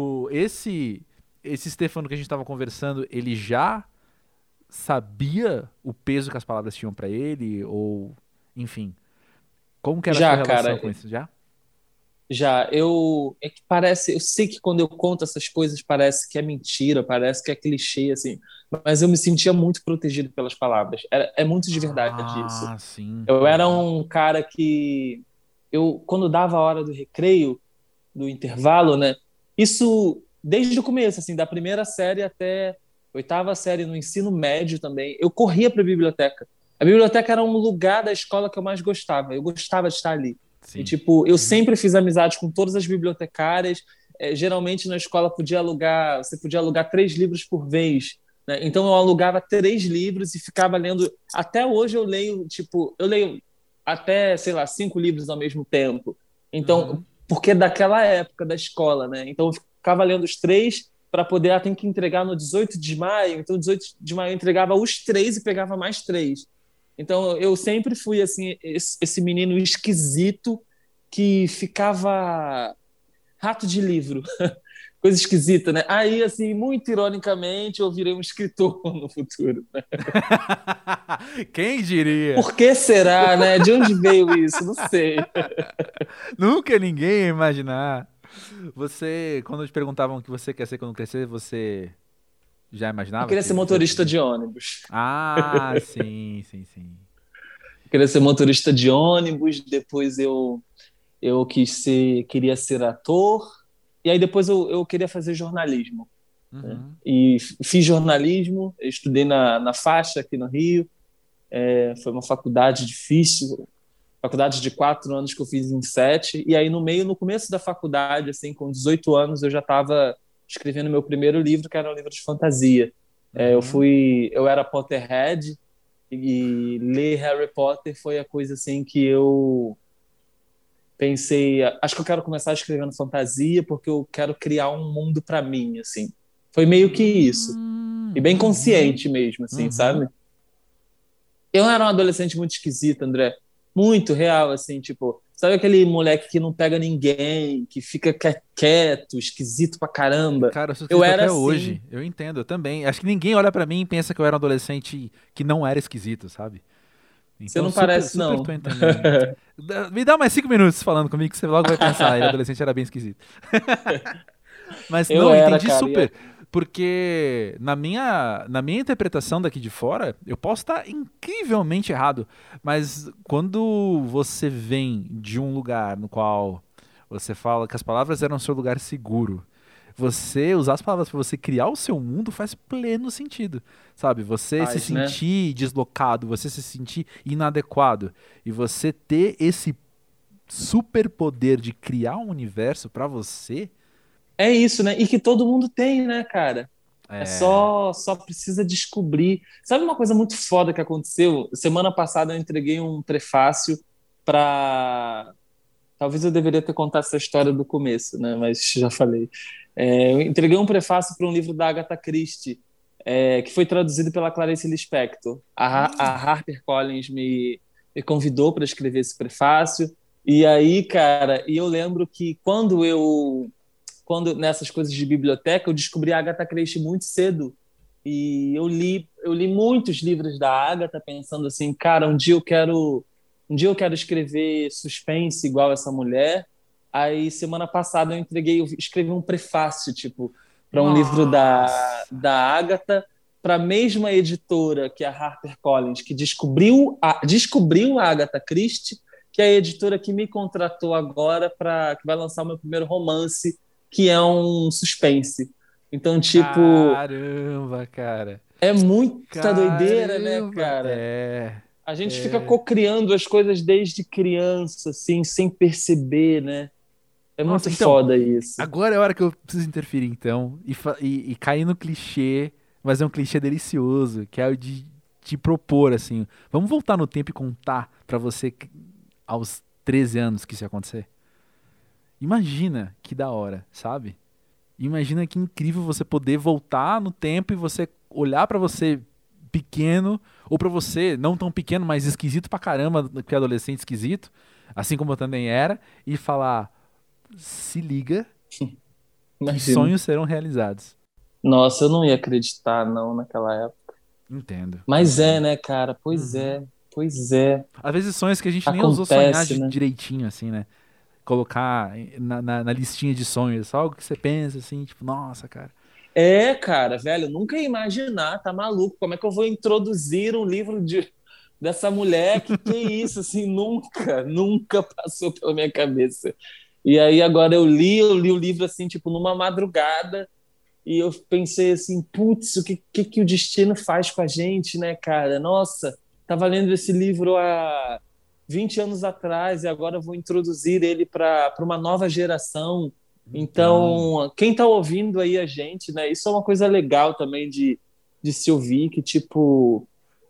Speaker 1: Esse Stefano que a gente tava conversando, ele já sabia o peso que as palavras tinham pra ele? Ou, enfim, como que era a sua
Speaker 2: Já,
Speaker 1: relação
Speaker 2: cara,
Speaker 1: com isso? Já?
Speaker 2: já. É que parece, eu sei que quando eu conto essas coisas parece que é mentira, parece que é clichê, assim, mas eu me sentia muito protegido pelas palavras. É muito de verdade isso.
Speaker 1: Ah, sim.
Speaker 2: Eu era
Speaker 1: Uhum.
Speaker 2: um cara que, quando dava a hora do recreio, do intervalo, né? Isso desde o começo, assim, da primeira série até oitava série no ensino médio também, eu corria para a biblioteca. A biblioteca era um lugar da escola que eu mais gostava. Eu gostava de estar ali. E
Speaker 1: Sim.
Speaker 2: tipo, eu
Speaker 1: Uhum.
Speaker 2: sempre fiz amizade com todas as bibliotecárias. Geralmente na escola você podia alugar 3 livros por vez. Né? Então eu alugava 3 livros e ficava lendo. Até hoje eu leio, tipo, eu leio até, sei lá, 5 livros ao mesmo tempo. Então,
Speaker 1: Uhum.
Speaker 2: porque é daquela época da escola, né? Então eu ficava lendo os 3 para poder, tem que entregar no 18 de maio, então 18 de maio eu entregava os 3 e pegava mais 3. Então eu sempre fui assim esse menino esquisito que ficava rato de livro, coisa esquisita, né? Aí assim, muito ironicamente, eu virei um escritor no futuro.
Speaker 1: Quem diria?
Speaker 2: Por que será, né? De onde veio isso? Não sei.
Speaker 1: Nunca ninguém ia imaginar. Você, quando te perguntavam o que você quer ser quando crescer, você já
Speaker 2: Eu
Speaker 1: imaginava
Speaker 2: queria ser
Speaker 1: que você ia
Speaker 2: motorista
Speaker 1: seguir?
Speaker 2: de ônibus.
Speaker 1: Ah, sim, sim, sim.
Speaker 2: Eu queria ser motorista de ônibus, depois eu queria ser ator, e aí depois eu queria fazer jornalismo. Né?
Speaker 1: Uhum.
Speaker 2: E fiz jornalismo, eu estudei na Faixa, aqui no Rio. Foi uma faculdade difícil, faculdade de 4 anos que eu fiz em 7. E aí no começo da faculdade, assim, com 18 anos, eu já estava escrevendo meu primeiro livro, que era um livro de fantasia.
Speaker 1: Uhum.
Speaker 2: Eu era Potterhead, e ler Harry Potter foi a coisa assim que eu pensei, acho que eu quero começar escrevendo fantasia porque eu quero criar um mundo para mim, assim. Foi meio que isso. E bem
Speaker 1: Uhum.
Speaker 2: consciente mesmo, assim,
Speaker 1: Uhum.
Speaker 2: sabe? Eu era um adolescente muito esquisito, André. muito real, assim, tipo, sabe aquele moleque que não pega ninguém, que fica quieto, esquisito pra caramba?
Speaker 1: Cara, eu sou
Speaker 2: Eu
Speaker 1: esquisito
Speaker 2: era
Speaker 1: até
Speaker 2: assim.
Speaker 1: hoje. Eu entendo, eu também. Acho que ninguém olha pra mim e pensa que eu era um adolescente que não era esquisito, sabe?
Speaker 2: Você
Speaker 1: Então,
Speaker 2: não
Speaker 1: super,
Speaker 2: parece,
Speaker 1: super
Speaker 2: não.
Speaker 1: tô entendendo. Me dá mais 5 minutos falando comigo que você logo vai pensar, ele adolescente era bem esquisito. Mas
Speaker 2: Eu
Speaker 1: não,
Speaker 2: era,
Speaker 1: entendi
Speaker 2: cara.
Speaker 1: super. Porque na minha interpretação daqui de fora, eu posso estar incrivelmente errado. Mas quando você vem de um lugar no qual você fala que as palavras eram seu lugar seguro, você usar as palavras para você criar o seu mundo faz pleno sentido, sabe? Você se
Speaker 2: Faz, né?
Speaker 1: sentir deslocado, você se sentir inadequado e você ter esse superpoder de criar um universo para você.
Speaker 2: É isso, né? E que todo mundo tem, né, cara? É
Speaker 1: É.
Speaker 2: só precisa descobrir. Sabe uma coisa muito foda que aconteceu? Semana passada eu entreguei um prefácio para. Talvez eu deveria ter contado essa história do começo, né? Mas já falei. Eu entreguei um prefácio para um livro da Agatha Christie, que foi traduzido pela Clarice Lispector. A HarperCollins me convidou para escrever esse prefácio. E aí, cara, e eu lembro que quando nessas coisas de biblioteca, eu descobri a Agatha Christie muito cedo. E eu li muitos livros da Agatha pensando assim, cara, um dia eu quero escrever suspense igual essa mulher. Aí semana passada eu escrevi um prefácio, tipo, para um livro
Speaker 1: Nossa.
Speaker 2: da Agatha, para a mesma editora que a HarperCollins, que descobriu a Agatha Christie, que é a editora que me contratou agora para que vai lançar o meu primeiro romance, que é um suspense. Então, tipo,
Speaker 1: Caramba, cara.
Speaker 2: é muita doideira, né,
Speaker 1: Caramba.
Speaker 2: cara?
Speaker 1: É.
Speaker 2: A gente fica
Speaker 1: É.
Speaker 2: co-criando as coisas desde criança, assim, sem perceber, né? É
Speaker 1: Nossa,
Speaker 2: muito
Speaker 1: então,
Speaker 2: foda isso.
Speaker 1: agora é a hora que eu preciso interferir, então, e cair no clichê, mas é um clichê delicioso, que é o de te propor, assim, vamos voltar no tempo e contar pra você aos 13 anos que isso ia acontecer? Imagina que da hora, sabe? Imagina que incrível você poder voltar no tempo e você olhar pra você pequeno, ou pra você não tão pequeno, mas esquisito pra caramba, que é adolescente esquisito, assim como eu também era, e falar: se liga que
Speaker 2: Imagina.
Speaker 1: sonhos serão realizados.
Speaker 2: Nossa, eu não ia acreditar, não, naquela época.
Speaker 1: Entendo,
Speaker 2: Mas é,
Speaker 1: entendo.
Speaker 2: né, cara? Pois
Speaker 1: Uhum.
Speaker 2: é, pois é.
Speaker 1: Às vezes sonhos que a gente nem ousou sonhar
Speaker 2: Acontece, né?
Speaker 1: direitinho, assim, né? Colocar na listinha de sonhos, só algo que você pensa, assim, tipo, nossa, cara.
Speaker 2: É, cara, velho, eu nunca ia imaginar, tá maluco? Como é que eu vou introduzir um livro dessa mulher? Que é isso? Assim, nunca passou pela minha cabeça. E aí agora eu li o livro assim, tipo, numa madrugada, e eu pensei assim, putz, o que o destino faz com a gente, né, cara? Nossa, tava lendo esse livro há 20 anos atrás e agora eu vou introduzir ele para uma nova geração.
Speaker 1: Então,
Speaker 2: Então, quem está ouvindo aí a gente, né? Isso é uma coisa legal também de se ouvir, que tipo,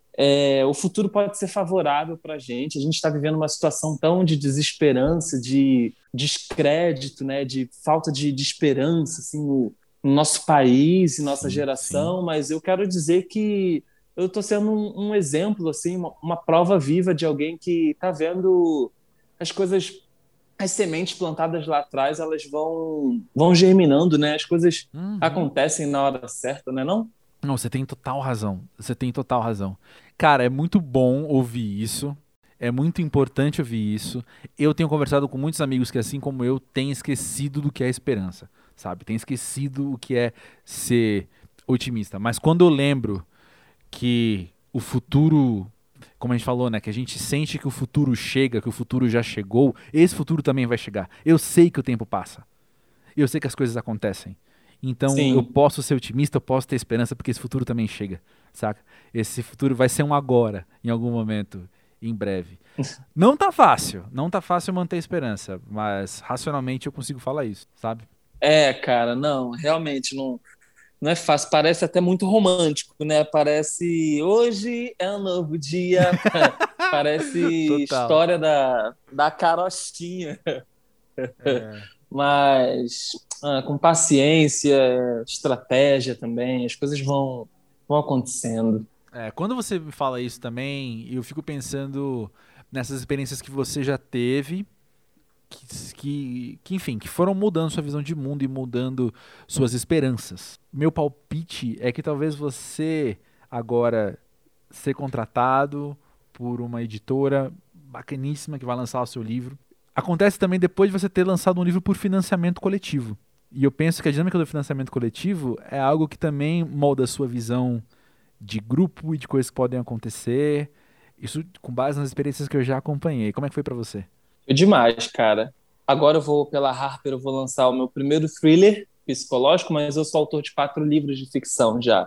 Speaker 2: o futuro pode ser favorável para a gente. A gente está vivendo uma situação tão de desesperança, de descrédito, né? De falta de esperança, assim, no nosso país e nossa
Speaker 1: sim, sim.
Speaker 2: geração. Mas eu quero dizer que eu estou sendo um exemplo, assim, uma prova viva de alguém que está vendo as coisas, as sementes plantadas lá atrás, elas vão germinando, né? As coisas
Speaker 1: Uhum.
Speaker 2: acontecem na hora certa, né, não?
Speaker 1: Não, você tem total razão. Você tem total razão. Cara, é muito bom ouvir isso. É muito importante ouvir isso. Eu tenho conversado com muitos amigos que, assim como eu, têm esquecido do que é esperança, sabe? Tem esquecido o que é ser otimista. Mas quando eu lembro que o futuro, como a gente falou, né, que a gente sente que o futuro chega, que o futuro já chegou, esse futuro também vai chegar. Eu sei que o tempo passa. Eu sei que as coisas acontecem. Então eu
Speaker 2: Sim.
Speaker 1: posso ser otimista, eu posso ter esperança, porque esse futuro também chega, saca? Esse futuro vai ser um agora, em algum momento, em breve. Não tá fácil, não tá fácil manter a esperança, mas racionalmente eu consigo falar isso, sabe?
Speaker 2: Cara, não, realmente não é fácil. Parece até muito romântico, né? Parece hoje é um novo dia. Parece
Speaker 1: Total.
Speaker 2: história da carochinha.
Speaker 1: É.
Speaker 2: Mas com paciência, estratégia também, as coisas vão acontecendo.
Speaker 1: Quando você me fala isso também, eu fico pensando nessas experiências que você já teve, enfim, que foram mudando sua visão de mundo e mudando suas esperanças. Meu palpite é que talvez você agora ser contratado por uma editora bacaníssima que vai lançar o seu livro. Acontece também depois de você ter lançado um livro por financiamento coletivo. E eu penso que a dinâmica do financiamento coletivo é algo que também molda a sua visão de grupo e de coisas que podem acontecer. Isso com base nas experiências que eu já acompanhei. Como é que foi pra você?
Speaker 2: Foi demais, cara. Agora eu vou, pela Harper, eu vou lançar o meu primeiro thriller psicológico, mas eu sou autor de 4 livros de ficção já.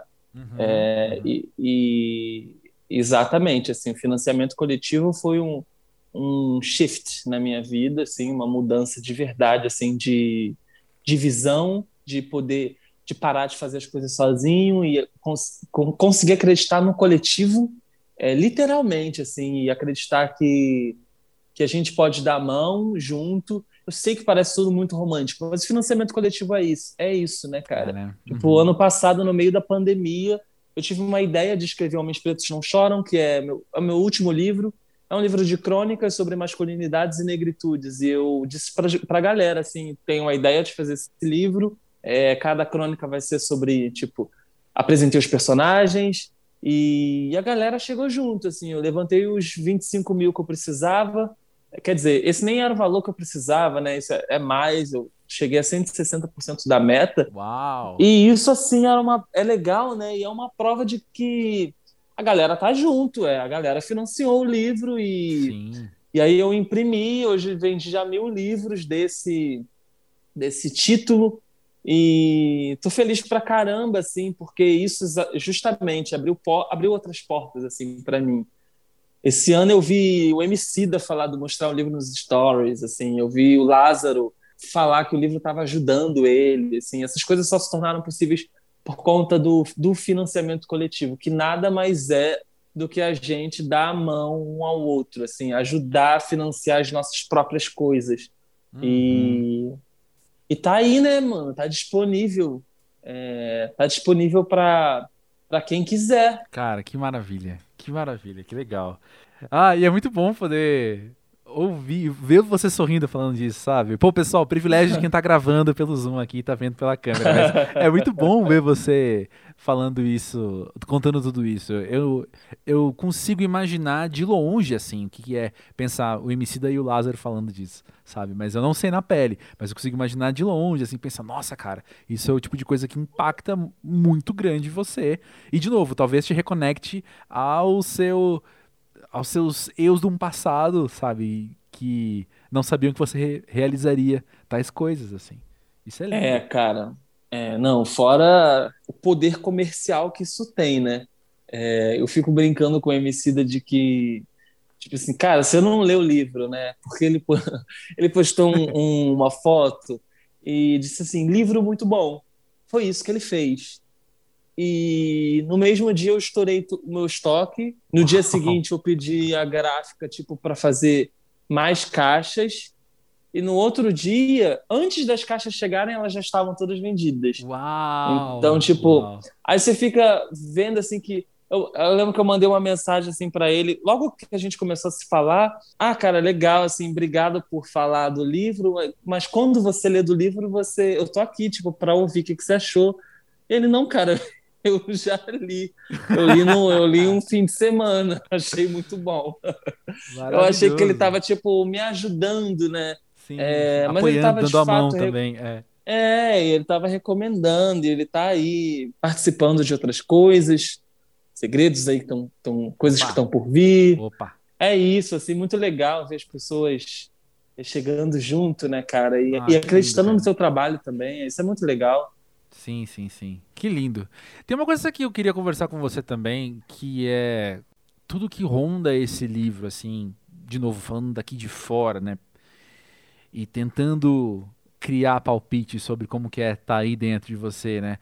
Speaker 2: Exatamente, assim, o financiamento coletivo foi um shift na minha vida, assim, uma mudança de verdade, assim, de visão, de poder, de parar de fazer as coisas sozinho e conseguir acreditar no coletivo, literalmente, assim, e acreditar que a gente pode dar a mão junto. Eu sei que parece tudo muito romântico, mas o financiamento coletivo é isso, né, cara?
Speaker 1: Né?
Speaker 2: Tipo, ano passado, no meio da pandemia, eu tive uma ideia de escrever Homens Pretos Não Choram, que é o meu último livro. É um livro de crônicas sobre masculinidades e negritudes. E eu disse pra galera, assim, tenho a ideia de fazer esse livro. Cada crônica vai ser sobre, tipo, apresentei os personagens e a galera chegou junto, assim. Eu levantei os 25 mil que eu precisava. Quer dizer, esse nem era o valor que eu precisava, né? Isso é mais, eu cheguei a 160% da meta.
Speaker 1: Uau!
Speaker 2: E isso, assim, é legal, né? E é uma prova de que a galera tá junto, a galera financiou o livro
Speaker 1: Sim.
Speaker 2: e aí eu imprimi, hoje vendi já 1.000 livros desse título e tô feliz pra caramba, assim, porque isso justamente abriu outras portas, assim, pra mim. Esse ano eu vi o Emicida mostrar o livro nos stories, assim, eu vi o Lázaro falar que o livro estava ajudando ele, assim, essas coisas só se tornaram possíveis por conta do financiamento coletivo, que nada mais é do que a gente dar a mão um ao outro, assim, ajudar a financiar as nossas próprias coisas. E tá aí, né, mano? Tá disponível. Tá disponível para quem quiser.
Speaker 1: Cara, que maravilha. Que maravilha, que legal. E é muito bom poder ouvir, ver você sorrindo falando disso, sabe? Pô, pessoal, privilégio de quem tá gravando pelo Zoom aqui e tá vendo pela câmera. Mas é muito bom ver você falando isso, contando tudo isso. Eu consigo imaginar de longe, assim, o que é pensar o Emicida e o Lázaro falando disso, sabe? Mas eu não sei na pele, mas eu consigo imaginar de longe, assim, pensar, nossa, cara, isso é o tipo de coisa que impacta muito grande você. E, de novo, talvez te reconecte aos seus eus de um passado, sabe? Que não sabiam que você realizaria tais coisas, assim. Isso é lindo.
Speaker 2: Cara. Não, fora o poder comercial que isso tem, né? Eu fico brincando com o Emicida de que, tipo assim, cara, você não lê o livro, né? Porque ele postou uma foto e disse assim, livro muito bom. Foi isso que ele fez. E no mesmo dia eu estourei o meu estoque. No dia seguinte eu pedi a gráfica tipo para fazer mais caixas. E no outro dia, antes das caixas chegarem, elas já estavam todas vendidas.
Speaker 1: Uau!
Speaker 2: Então, tipo,
Speaker 1: Uau.
Speaker 2: aí você fica vendo assim que eu lembro que eu mandei uma mensagem assim para ele, logo que a gente começou a se falar, cara, legal, assim, obrigado por falar do livro, mas quando você lê do livro, eu tô aqui, tipo, para ouvir o que você achou. Ele, não, cara, eu já li. Eu li um fim de semana, achei muito bom. Eu achei que ele estava tipo me ajudando, né?
Speaker 1: Sim, sim.
Speaker 2: Mas ele
Speaker 1: Apoiando,
Speaker 2: estava de
Speaker 1: dando a mão
Speaker 2: fato
Speaker 1: também.
Speaker 2: ele estava recomendando, e ele está aí participando de outras coisas, segredos aí que estão coisas que estão por vir.
Speaker 1: Opa.
Speaker 2: É isso, assim, muito legal ver as pessoas chegando junto, né, cara? E acreditando
Speaker 1: lindo,
Speaker 2: no seu trabalho também. Isso é muito legal.
Speaker 1: Sim, sim, sim. Que lindo. Tem uma coisa que eu queria conversar com você também, que é tudo que ronda esse livro, assim, de novo, falando daqui de fora, né? E tentando criar palpite sobre como que tá aí dentro de você, né?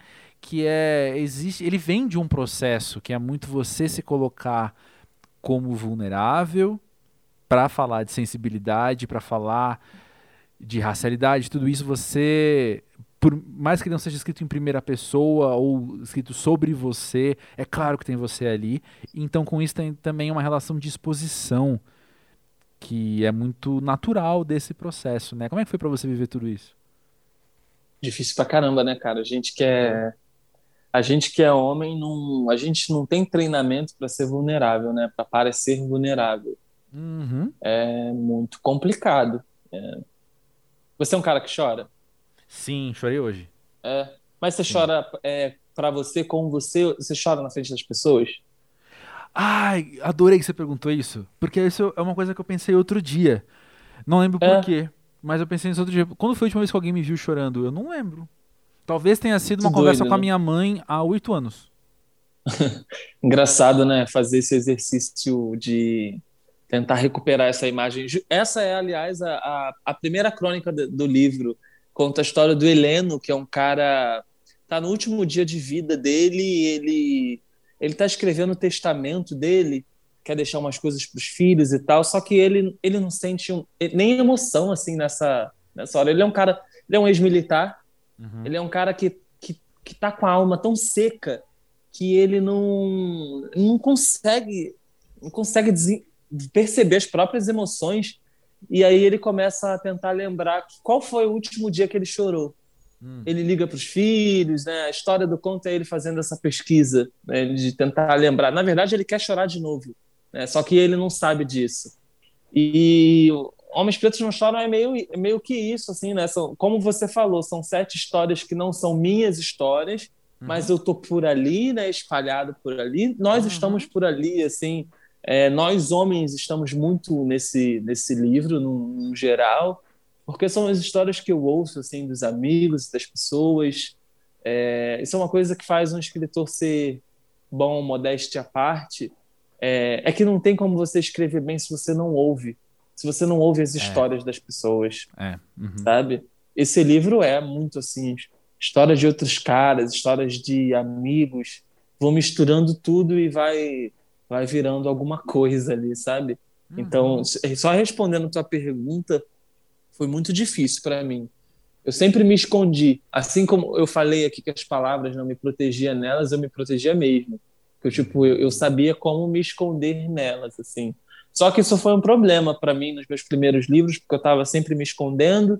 Speaker 1: Ele vem de um processo que é muito você se colocar como vulnerável para falar de sensibilidade, para falar de racialidade, tudo isso por mais que não seja escrito em primeira pessoa ou escrito sobre você, é claro que tem você ali. Então, com isso, tem também uma relação de exposição que é muito natural desse processo, né? Como é que foi pra você viver tudo isso?
Speaker 2: Difícil pra caramba, né, cara? A gente que é homem, não, a gente não tem treinamento para ser vulnerável, né? Para parecer vulnerável.
Speaker 1: Uhum.
Speaker 2: É muito complicado. Você é um cara que chora?
Speaker 1: Sim, chorei hoje.
Speaker 2: É. Mas você
Speaker 1: Sim.
Speaker 2: chora para você, com você, você chora na frente das pessoas?
Speaker 1: Ai, adorei que você perguntou isso, porque isso é uma coisa que eu pensei outro dia. Não lembro por
Speaker 2: É,
Speaker 1: quê, mas eu pensei nisso outro dia. Quando foi a última vez que alguém me viu chorando? Eu não lembro. Talvez tenha sido
Speaker 2: muito
Speaker 1: uma conversa
Speaker 2: doido,
Speaker 1: com a
Speaker 2: né?
Speaker 1: minha mãe há 8 anos.
Speaker 2: Engraçado, né? Fazer esse exercício de tentar recuperar essa imagem. Essa é, aliás, a primeira crônica do livro. Conta a história do Heleno, que é um cara tá no último dia de vida dele, ele tá escrevendo o testamento dele, quer deixar umas coisas para os filhos e tal, só que ele não sente nem emoção assim nessa hora. Ele é um cara, ele é um ex-militar,
Speaker 1: Uhum.
Speaker 2: ele é um cara que tá com a alma tão seca que ele não consegue perceber as próprias emoções, e aí ele começa a tentar lembrar qual foi o último dia que ele chorou.
Speaker 1: Hum.
Speaker 2: Ele liga para os filhos, né? A história do conto é ele fazendo essa pesquisa, né? De tentar lembrar. Na verdade, ele quer chorar de novo, né? Só que ele não sabe disso. E Homens Pretos Não Choram é meio que isso, assim, né? Como você falou, são 7 histórias que não são minhas histórias, mas
Speaker 1: Uhum.
Speaker 2: eu tô por ali, né? Espalhado por ali. Nós estamos
Speaker 1: Uhum.
Speaker 2: por ali, assim. Nós homens estamos muito nesse livro, no geral, porque são as histórias que eu ouço, assim, dos amigos, das pessoas. Isso é uma coisa que faz um escritor ser bom, modéstia à parte, é que não tem como você escrever bem se você não ouve. Se você não ouve as
Speaker 1: É,
Speaker 2: histórias das pessoas,
Speaker 1: uhum.
Speaker 2: sabe? Esse livro é muito assim, histórias de outros caras, histórias de amigos, vão misturando tudo e vai virando alguma coisa ali, sabe? Então,
Speaker 1: Uhum.
Speaker 2: só respondendo a tua pergunta, foi muito difícil para mim. Eu sempre me escondi. Assim como eu falei aqui que as palavras não me protegiam nelas, eu me protegia mesmo. Que eu, tipo, eu
Speaker 1: Uhum.
Speaker 2: sabia como me esconder nelas, assim. Só que isso foi um problema para mim nos meus primeiros livros, porque eu estava sempre me escondendo.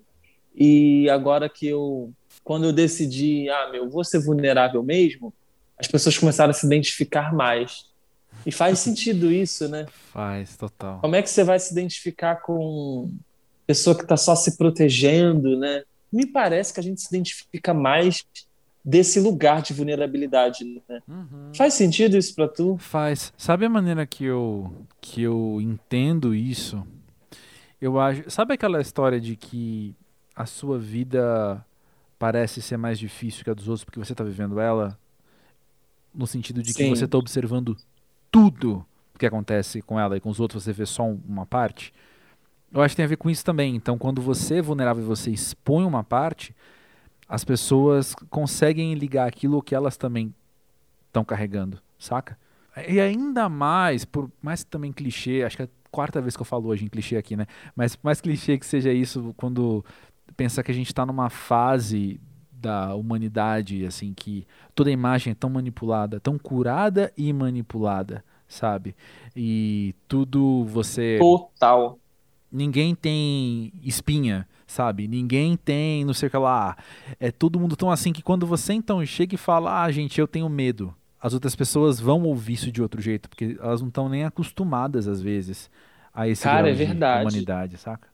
Speaker 2: E agora quando eu decidi, meu, vou ser vulnerável mesmo, as pessoas começaram a se identificar mais. E faz sentido isso, né?
Speaker 1: Faz, total.
Speaker 2: Como é que você vai se identificar com pessoa que está só se protegendo, né? Me parece que a gente se identifica mais desse lugar de vulnerabilidade, né?
Speaker 1: Uhum.
Speaker 2: Faz sentido isso para tu?
Speaker 1: Faz. Sabe a maneira que eu entendo isso? Eu acho. Sabe aquela história de que a sua vida parece ser mais difícil que a dos outros porque você está vivendo ela? No sentido de que você
Speaker 2: Sim,
Speaker 1: está observando tudo que acontece com ela e com os outros você vê só uma parte? Eu acho que tem a ver com isso também. Então, quando você é vulnerável e você expõe uma parte, as pessoas conseguem ligar aquilo que elas também estão carregando, saca? E ainda mais, por mais também clichê, acho que é a quarta vez que eu falo hoje em clichê aqui, né? Mas por mais clichê que seja isso, quando pensar que a gente está numa fase da humanidade, assim, que toda imagem é tão manipulada, tão curada e manipulada, sabe? E tudo você.
Speaker 2: total.
Speaker 1: Ninguém tem espinha, sabe? Ninguém tem não sei o que lá. É todo mundo tão assim que quando você então chega e fala, gente, eu tenho medo, as outras pessoas vão ouvir isso de outro jeito, porque elas não estão nem acostumadas, às vezes, a esse
Speaker 2: Cara,
Speaker 1: grau
Speaker 2: é
Speaker 1: de
Speaker 2: verdade.
Speaker 1: humanidade, saca?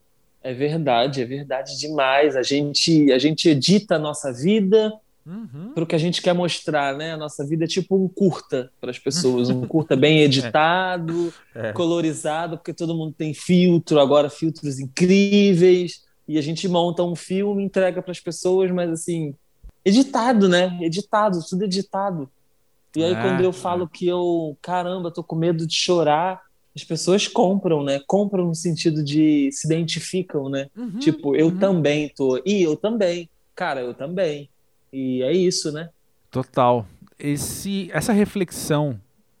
Speaker 2: É verdade demais. A gente edita a nossa vida
Speaker 1: Uhum.
Speaker 2: para o que a gente quer mostrar, né? A nossa vida é tipo um curta para as pessoas, um curta bem
Speaker 1: É,
Speaker 2: editado,
Speaker 1: é.
Speaker 2: colorizado, porque todo mundo tem filtro, agora filtros incríveis, e a gente monta um filme, entrega para as pessoas, mas assim, editado, né? Editado, tudo editado. E aí quando
Speaker 1: É,
Speaker 2: eu
Speaker 1: é.
Speaker 2: falo que caramba, tô com medo de chorar, as pessoas compram, né? Compram no sentido de se identificam, né?
Speaker 1: Uhum,
Speaker 2: Tipo, eu
Speaker 1: uhum.
Speaker 2: também tô, e eu também, cara, eu também. E é isso, né?
Speaker 1: Total. Essa reflexão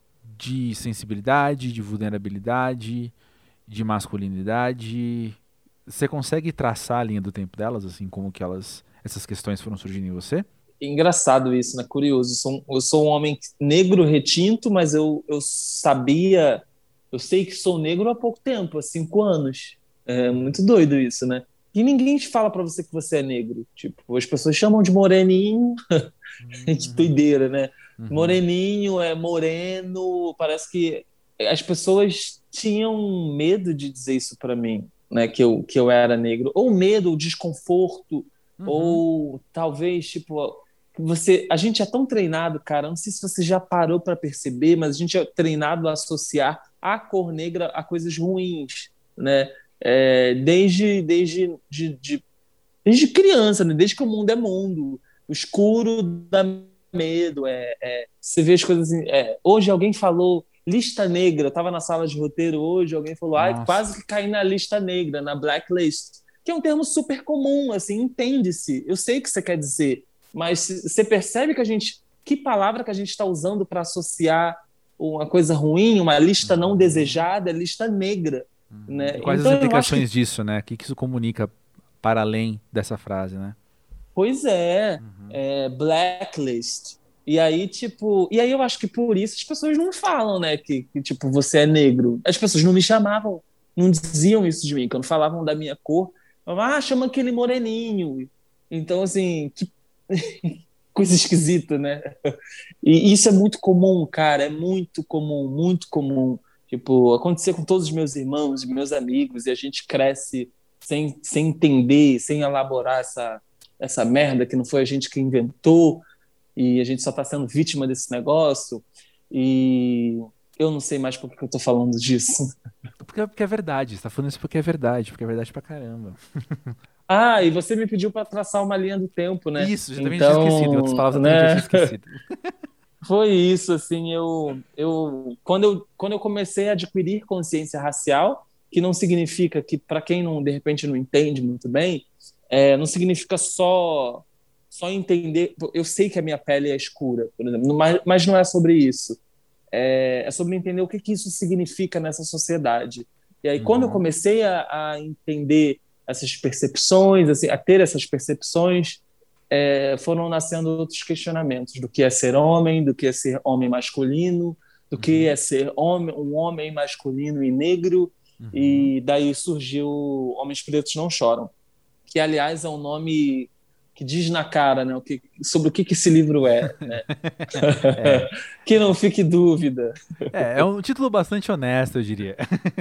Speaker 1: de sensibilidade, de vulnerabilidade, de masculinidade, você consegue traçar a linha do tempo delas, assim, como que essas questões foram surgindo em você?
Speaker 2: Engraçado isso, né? Curioso. Eu sou um homem negro retinto, mas eu sabia. Eu sei que sou negro há pouco tempo, há 5 anos. É muito doido isso, né? E ninguém te fala pra você que você é negro. Tipo, as pessoas chamam de moreninho. Que
Speaker 1: Uhum,
Speaker 2: doideira, né?
Speaker 1: uhum,
Speaker 2: Moreninho é moreno. Parece que as pessoas tinham medo de dizer isso pra mim, né? Que eu era negro. Ou medo, ou desconforto,
Speaker 1: uhum.
Speaker 2: ou talvez, tipo, a gente é tão treinado, cara. Não sei se você já parou pra perceber, mas a gente é treinado a associar a cor negra a coisas ruins, né? Desde criança, né? Desde que o mundo é mundo. O escuro dá medo. Você vê as coisas assim. Hoje alguém falou lista negra. Eu estava na sala de roteiro hoje, alguém falou, ai,
Speaker 1: Nossa.
Speaker 2: quase que caí na lista negra, na blacklist. Que é um termo super comum, assim, entende-se. Eu sei o que você quer dizer, mas você percebe que que palavra que a gente está usando para associar uma coisa ruim, uma lista não
Speaker 1: Uhum,
Speaker 2: desejada, é lista negra,
Speaker 1: uhum.
Speaker 2: né?
Speaker 1: E quais as
Speaker 2: Então eu acho que
Speaker 1: implicações disso, né? O que isso comunica para além dessa frase, né?
Speaker 2: pois é,
Speaker 1: Uhum.
Speaker 2: blacklist. E aí, tipo, e aí eu acho que por isso as pessoas não falam, né, tipo, você é negro. As pessoas não me chamavam, não diziam isso de mim, quando falavam da minha cor, falavam, ah, chama aquele moreninho. Então, assim, que coisa esquisita, né? E isso é muito comum, cara, é muito comum, muito comum. Tipo, acontecer com todos os meus irmãos e meus amigos, e a gente cresce sem entender, sem elaborar essa merda que não foi a gente que inventou, e a gente só está sendo vítima desse negócio. E eu não sei mais por que eu tô falando disso.
Speaker 1: Porque é verdade, você tá falando isso porque é verdade pra caramba.
Speaker 2: Ah, e você me pediu para traçar uma linha do tempo, né?
Speaker 1: Isso, já também tinha esquecido. Em outras
Speaker 2: Então,
Speaker 1: palavras, eu também já
Speaker 2: né?
Speaker 1: tinha esquecido.
Speaker 2: Foi isso, assim, quando eu comecei a adquirir consciência racial, que não significa que, para quem não, de repente não entende muito bem, não significa só entender, eu sei que a minha pele é escura, por exemplo, mas não é sobre isso. É sobre entender o que isso significa nessa sociedade. E aí, quando eu
Speaker 1: Uhum,
Speaker 2: comecei a entender essas percepções, assim, a ter essas percepções, foram nascendo outros questionamentos do que é ser homem, do que é ser homem masculino, do que
Speaker 1: uhum,
Speaker 2: é ser um homem masculino e negro,
Speaker 1: uhum.
Speaker 2: e daí surgiu Homens Pretos Não Choram, que aliás é um nome que diz na cara, né, sobre o que esse livro é, né?
Speaker 1: É,
Speaker 2: Que não fique dúvida.
Speaker 1: é um título bastante honesto, eu diria.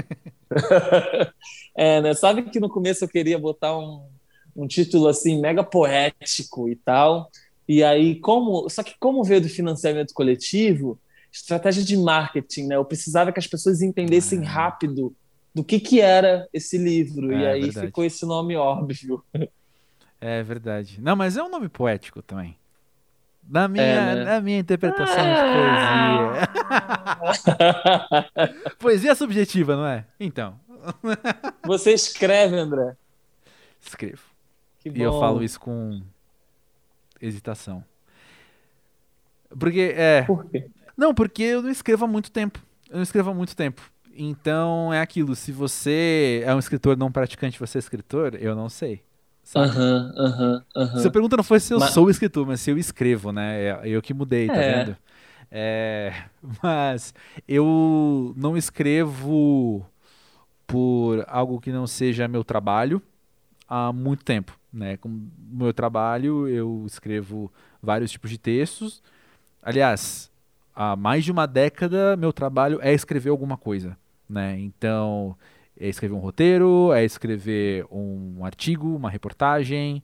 Speaker 2: Né? Sabe que no começo eu queria botar um título assim mega poético e tal. E aí, só que como veio do financiamento coletivo, estratégia de marketing, né? Eu precisava que as pessoas entendessem rápido do que era esse livro. E
Speaker 1: É, é
Speaker 2: aí
Speaker 1: verdade.
Speaker 2: ficou esse nome óbvio.
Speaker 1: É verdade. Não, mas é um nome poético também.
Speaker 2: Né?
Speaker 1: Na minha interpretação de poesia.
Speaker 2: Ah!
Speaker 1: Poesia subjetiva, não é? Então,
Speaker 2: Você escreve, André.
Speaker 1: escrevo.
Speaker 2: Que
Speaker 1: E eu falo
Speaker 2: bom.
Speaker 1: isso com hesitação. Porque, é.
Speaker 2: Por quê?
Speaker 1: Não, porque eu não escrevo há muito tempo. Eu não escrevo há muito tempo. Então é aquilo. Se você é um escritor não praticante, você é escritor, eu não sei. Saca?
Speaker 2: Aham, aham,
Speaker 1: Se a
Speaker 2: aham.
Speaker 1: pergunta não foi se eu
Speaker 2: Mas,
Speaker 1: sou escritor, mas se eu escrevo, né? Eu que mudei, tá vendo?
Speaker 2: é.
Speaker 1: É, mas eu não escrevo por algo que não seja meu trabalho há muito tempo, né? Com o meu trabalho, eu escrevo vários tipos de textos. Aliás, há mais de uma década, meu trabalho é escrever alguma coisa, né? Então, é escrever um roteiro, é escrever um artigo, uma reportagem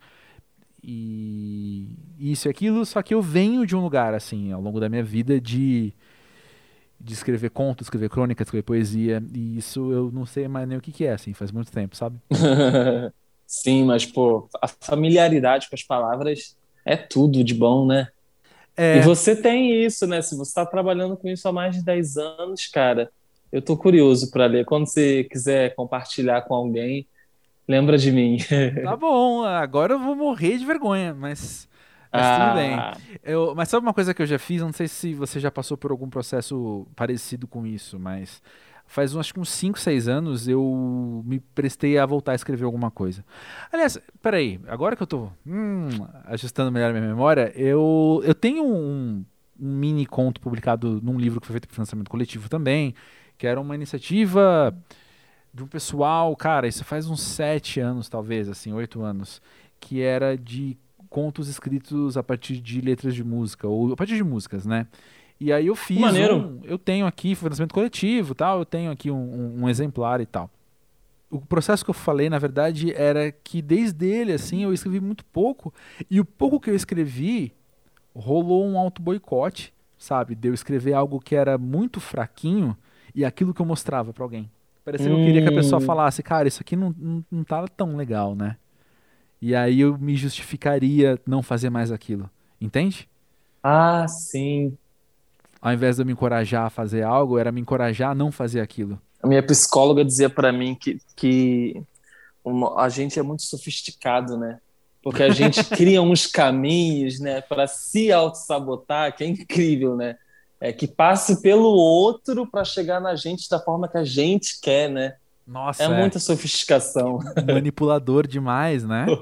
Speaker 1: e isso e aquilo, só que eu venho de um lugar, assim, ao longo da minha vida de escrever contos, escrever crônica, escrever poesia, e isso eu não sei mais nem o que que é, assim, faz muito tempo, sabe?
Speaker 2: Sim, mas, pô, a familiaridade com as palavras é tudo de bom, né? E
Speaker 1: É,
Speaker 2: você tem isso, né? Se você está trabalhando com isso há mais de 10 anos, cara, eu tô curioso para ler. Quando você quiser compartilhar com alguém, lembra de mim.
Speaker 1: tá bom, agora eu vou morrer de vergonha, mas tudo bem.
Speaker 2: Ah,
Speaker 1: Mas sabe uma coisa que eu já fiz? Não sei se você já passou por algum processo parecido com isso, mas faz acho que uns 5, 6 anos eu me prestei a voltar a escrever alguma coisa. Aliás, peraí, agora que eu tô ajustando melhor a minha memória, eu tenho um mini conto publicado num livro que foi feito por financiamento coletivo também, que era uma iniciativa de um pessoal, cara, isso faz uns 7 anos, talvez, assim, 8 anos, que era de contos escritos a partir de letras de música, ou a partir de músicas, né? E aí eu fiz
Speaker 2: Maneiro.
Speaker 1: eu tenho aqui financiamento coletivo, tal, eu tenho aqui um exemplar e tal. O processo que eu falei, na verdade, era que desde ele, assim, eu escrevi muito pouco, e o pouco que eu escrevi rolou um auto-boicote, sabe? De eu escrever algo que era muito fraquinho e aquilo que eu mostrava pra alguém. Parecia que eu queria que a pessoa
Speaker 2: Hum.
Speaker 1: falasse, cara, isso aqui não tá tão legal, né? E aí eu me justificaria não fazer mais aquilo. Entende?
Speaker 2: Ah, sim.
Speaker 1: Ao invés de eu me encorajar a fazer algo, era me encorajar a não fazer aquilo.
Speaker 2: A minha psicóloga dizia para mim que a gente é muito sofisticado, né? Porque a gente cria uns caminhos, né, para se auto-sabotar, que é incrível, né? É que passe pelo outro para chegar na gente da forma que a gente quer, né? É
Speaker 1: Nossa,
Speaker 2: muita sofisticação.
Speaker 1: manipulador demais, né?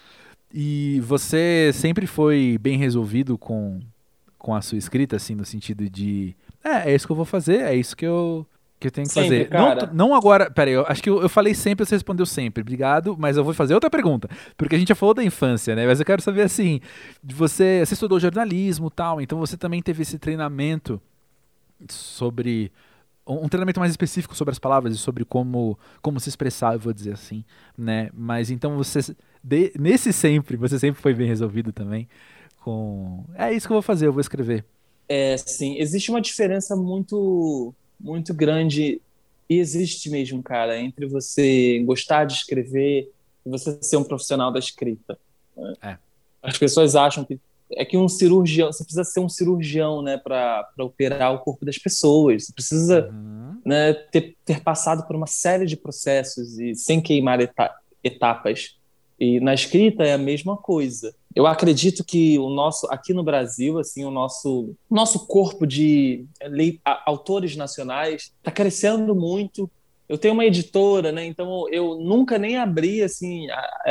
Speaker 1: E você sempre foi bem resolvido com a sua escrita, assim, no sentido de é isso que eu vou fazer, é isso que eu tenho que
Speaker 2: Sempre,
Speaker 1: fazer. Não,
Speaker 2: cara.
Speaker 1: não agora, peraí, eu acho que eu falei sempre, você respondeu sempre, obrigado, mas eu vou fazer outra pergunta, porque a gente já falou da infância, né? Mas eu quero saber, assim, de você estudou jornalismo e tal, então você também teve esse treinamento sobre um treinamento mais específico sobre as palavras e sobre como se expressar, eu vou dizer assim, né? Mas então nesse sempre, você sempre foi bem resolvido também com, é isso que eu vou fazer, eu vou escrever.
Speaker 2: É, sim, existe uma diferença muito grande, e existe mesmo, cara, entre você gostar de escrever e você ser um profissional da escrita.
Speaker 1: É.
Speaker 2: As pessoas acham que é que um cirurgião, você precisa ser um cirurgião, né, para operar o corpo das pessoas. Você precisa,
Speaker 1: Uhum.
Speaker 2: né, ter passado por uma série de processos e sem queimar etapas. E na escrita é a mesma coisa. Eu acredito que o nosso, aqui no Brasil, assim, o nosso corpo de autores nacionais está crescendo muito. Eu tenho uma editora, né? Então eu nunca nem abri assim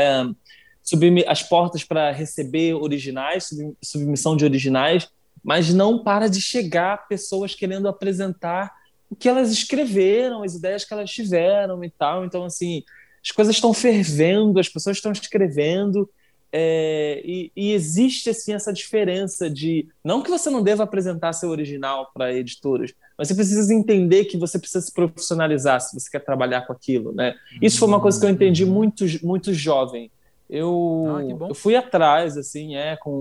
Speaker 2: as portas para receber originais, submissão de originais, mas não para de chegar pessoas querendo apresentar o que elas escreveram, as ideias que elas tiveram e tal. Então, assim, as coisas estão fervendo, as pessoas estão escrevendo, e existe assim essa diferença de não que você não deva apresentar seu original para editoras, mas você precisa entender que você precisa se profissionalizar se você quer trabalhar com aquilo, né? Isso foi uma coisa que eu entendi
Speaker 1: Uhum.
Speaker 2: muito jovem.
Speaker 1: Ah, que
Speaker 2: Eu
Speaker 1: bom.
Speaker 2: fui atrás, assim,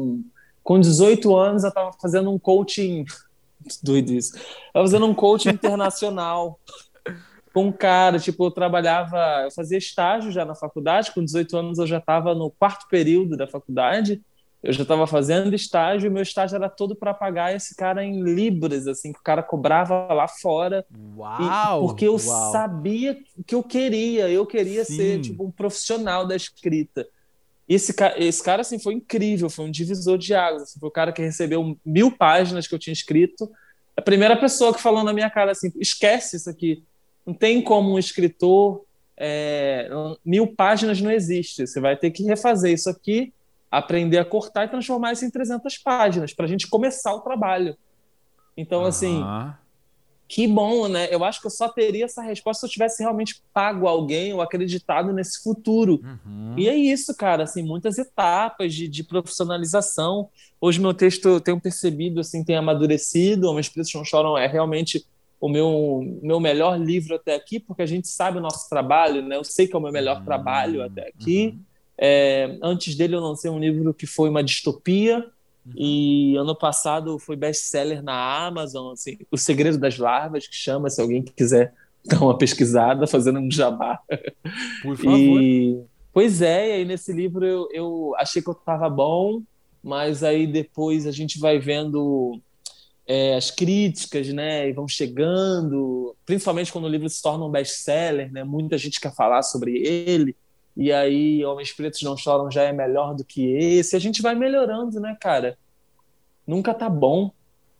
Speaker 2: com 18 anos eu estava fazendo um coaching, doido isso, eu estava fazendo um coaching internacional com um cara, tipo, eu fazia estágio já na faculdade, com 18 anos eu já estava no quarto período da faculdade, eu já estava fazendo estágio, e meu estágio era todo para pagar esse cara em libras, assim, que o cara cobrava lá fora, e
Speaker 1: Uau!
Speaker 2: porque eu
Speaker 1: Uau!
Speaker 2: sabia que eu queria ser,
Speaker 1: Sim.
Speaker 2: tipo, um profissional da escrita. E esse cara, assim, foi incrível, foi um divisor de águas, assim, foi o cara que recebeu 1.000 páginas que eu tinha escrito, a primeira pessoa que falou na minha cara assim, esquece isso aqui, não tem como um escritor, 1.000 páginas não existe, você vai ter que refazer isso aqui, aprender a cortar e transformar isso em 300 páginas, para a gente começar o trabalho. Então, assim,
Speaker 1: Aham.
Speaker 2: que bom, né? Eu acho que eu só teria essa resposta se eu tivesse realmente pago alguém ou acreditado nesse futuro. E
Speaker 1: Uhum.
Speaker 2: é isso, cara, assim, muitas etapas de profissionalização. Hoje meu texto eu tenho percebido, assim, tem amadurecido. Homens Pretos Não Choram é realmente o meu melhor livro até aqui, porque a gente sabe o nosso trabalho, né? Eu sei que é o meu melhor trabalho até aqui.
Speaker 1: Uhum.
Speaker 2: Antes dele eu lancei um livro que foi uma distopia,
Speaker 1: Uhum.
Speaker 2: e ano passado foi best-seller na Amazon, assim, O Segredo das Larvas, que chama, se alguém quiser dar uma pesquisada, fazendo um jabá.
Speaker 1: Por favor.
Speaker 2: E, pois é, e aí nesse livro eu achei que eu estava bom, mas aí depois a gente vai vendo as críticas, né, e vão chegando, principalmente quando o livro se torna um best-seller, né, muita gente quer falar sobre ele, e aí Homens Pretos Não Choram já é melhor do que esse, a gente vai melhorando, né, cara? Nunca tá bom.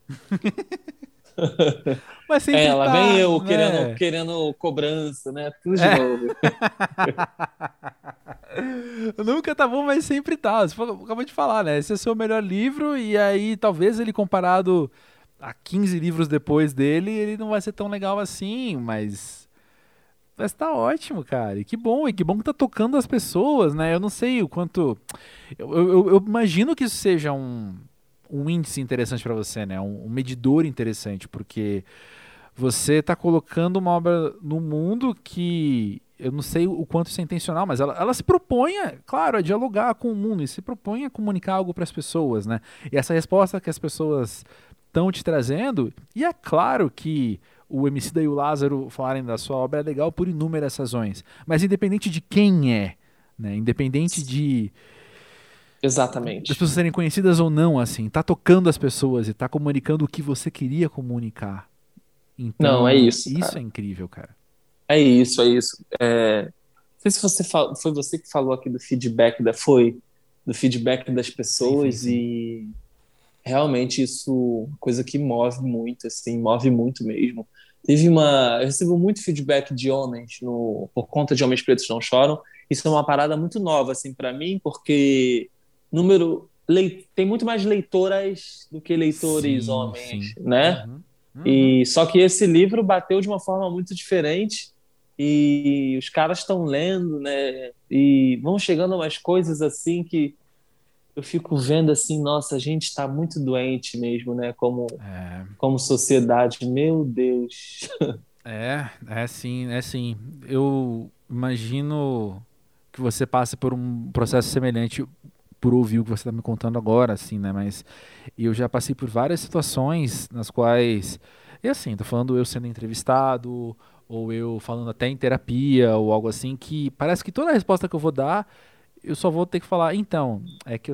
Speaker 1: Mas sempre
Speaker 2: Lá vem
Speaker 1: tá,
Speaker 2: eu
Speaker 1: né?
Speaker 2: querendo cobrança, né? Tudo de
Speaker 1: É.
Speaker 2: novo.
Speaker 1: Nunca tá bom, mas sempre tá. Você acabou de falar, né? Esse é o seu melhor livro, e aí talvez ele comparado a 15 livros depois dele, ele não vai ser tão legal assim, mas tá ótimo, cara. E que bom que tá tocando as pessoas, né? Eu não sei o quanto. Eu imagino que isso seja um índice interessante pra você, né? Um medidor interessante, porque você tá colocando uma obra no mundo que eu não sei o quanto isso é intencional, mas ela se propõe, claro, a dialogar com o mundo e se propõe a comunicar algo para as pessoas, né? E essa resposta que as pessoas estão te trazendo, e é claro que o Emicida e o Lázaro falarem da sua obra é legal por inúmeras razões, mas independente de quem é, né? Independente das
Speaker 2: Exatamente.
Speaker 1: pessoas serem conhecidas ou não, assim, tá tocando as pessoas e tá comunicando o que você queria comunicar.
Speaker 2: Não, é
Speaker 1: Então,
Speaker 2: isso,
Speaker 1: isso é
Speaker 2: cara.
Speaker 1: incrível, cara.
Speaker 2: É isso, é isso. Não sei se foi você que falou aqui do feedback das
Speaker 1: Sim, sim,
Speaker 2: pessoas
Speaker 1: sim.
Speaker 2: e realmente isso é uma coisa que move muito, assim, move muito mesmo. Eu recebo muito feedback de homens por conta de Homens Pretos Não Choram. Isso é uma parada muito nova, assim, para mim, porque tem muito mais leitoras do que leitores
Speaker 1: Sim,
Speaker 2: homens,
Speaker 1: sim.
Speaker 2: né?
Speaker 1: Uhum, uhum.
Speaker 2: E só que esse livro bateu de uma forma muito diferente e os caras estão lendo, né? E vão chegando umas coisas assim que eu fico vendo assim, nossa, a gente está muito doente mesmo, né?
Speaker 1: É,
Speaker 2: Como sociedade, meu Deus.
Speaker 1: é sim, é sim. Eu imagino que você passe por um processo semelhante por ouvir o que você está me contando agora, assim, né? Mas eu já passei por várias situações nas quais, e assim, tô falando eu sendo entrevistado, ou eu falando até em terapia, ou algo assim, que parece que toda a resposta que eu vou dar, eu só vou ter que falar, então, é que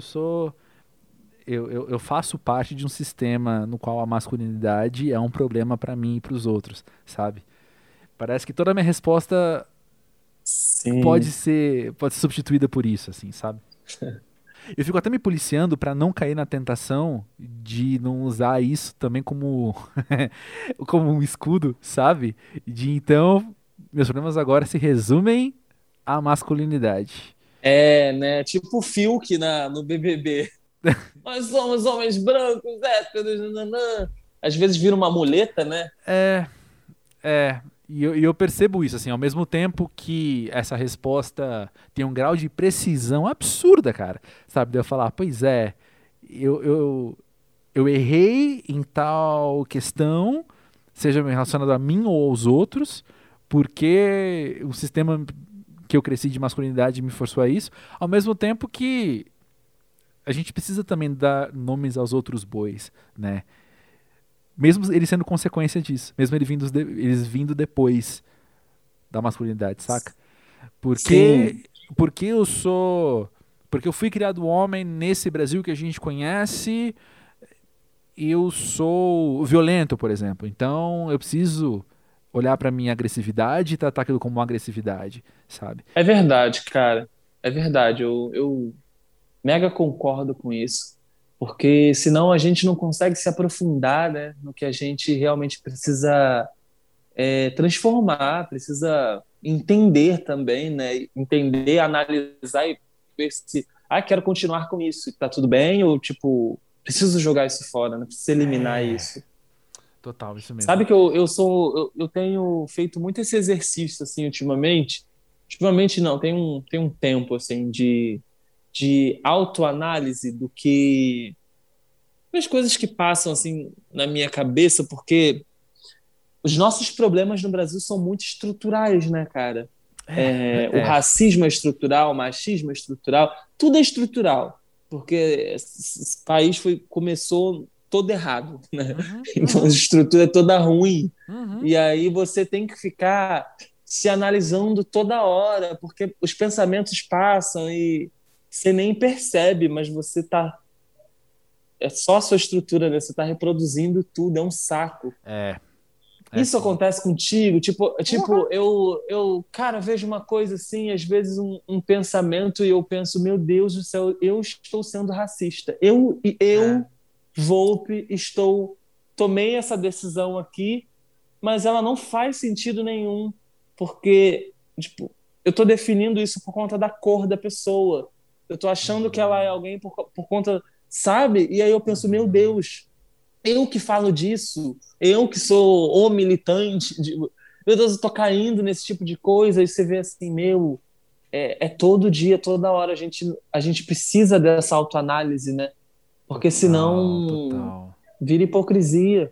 Speaker 1: eu faço parte de um sistema no qual a masculinidade é um problema pra mim e pros outros, sabe? Parece que toda a minha resposta
Speaker 2: Sim.
Speaker 1: pode ser substituída por isso, assim, sabe? Eu fico até me policiando pra não cair na tentação de não usar isso também como como um escudo, sabe? De então meus problemas agora se resumem à masculinidade.
Speaker 2: É, né? Tipo o Fiuk no BBB. Nós somos homens brancos, héteros, nananã. Às vezes vira uma muleta, né?
Speaker 1: É, e eu percebo isso, assim, ao mesmo tempo que essa resposta tem um grau de precisão absurda, cara, sabe? De eu falar, pois é, eu, eu, eu errei em tal questão, seja relacionado a mim ou aos outros, porque o sistema que eu cresci de masculinidade me forçou a isso, ao mesmo tempo que a gente precisa também dar nomes aos outros bois, né? Mesmo ele sendo consequência disso, mesmo eles vindo depois da masculinidade, saca? Porque
Speaker 2: Sim,
Speaker 1: porque eu sou porque eu fui criado homem nesse Brasil que a gente conhece, eu sou violento, por exemplo. Então eu preciso olhar pra minha agressividade e tratar aquilo como uma agressividade, sabe?
Speaker 2: é verdade, cara. É verdade. Eu mega concordo com isso, porque senão a gente não consegue se aprofundar, né, no que a gente realmente precisa transformar, precisa entender também, né, entender, analisar e ver se, quero continuar com isso, tá tudo bem, ou tipo, preciso jogar isso fora, né, preciso eliminar
Speaker 1: É,
Speaker 2: isso.
Speaker 1: total, isso mesmo.
Speaker 2: Sabe que eu tenho feito muito esse exercício assim ultimamente. Ultimamente não, tem um tempo assim de autoanálise do que as coisas que passam assim na minha cabeça, porque os nossos problemas no Brasil são muito estruturais, né, cara? O
Speaker 1: É.
Speaker 2: racismo é estrutural, o machismo é estrutural, tudo é estrutural, porque esse país começou todo errado, né?
Speaker 1: Uhum,
Speaker 2: Então a
Speaker 1: uhum,
Speaker 2: estrutura é toda ruim.
Speaker 1: uhum.
Speaker 2: E aí você tem que ficar se analisando toda hora, porque os pensamentos passam e você nem percebe, mas você tá. É só a sua estrutura, né? Você tá reproduzindo tudo, é um saco.
Speaker 1: É, é
Speaker 2: Isso
Speaker 1: sim.
Speaker 2: acontece contigo?
Speaker 1: Porra.
Speaker 2: Cara, vejo uma coisa assim, às vezes um pensamento e eu penso, meu Deus do céu, eu estou sendo racista.
Speaker 1: É.
Speaker 2: Volpe, tomei essa decisão aqui, mas ela não faz sentido nenhum, porque, tipo, eu estou definindo isso por conta da cor da pessoa. Eu estou achando que ela é
Speaker 1: Uhum,
Speaker 2: alguém por conta, sabe? E aí eu penso, meu
Speaker 1: uhum.
Speaker 2: Deus, eu que falo disso, eu que sou o militante, meu Deus, eu tô caindo nesse tipo de coisa, e você vê assim, é todo dia, toda hora, a gente precisa dessa autoanálise, né? Porque
Speaker 1: Total,
Speaker 2: senão
Speaker 1: total.
Speaker 2: vira hipocrisia.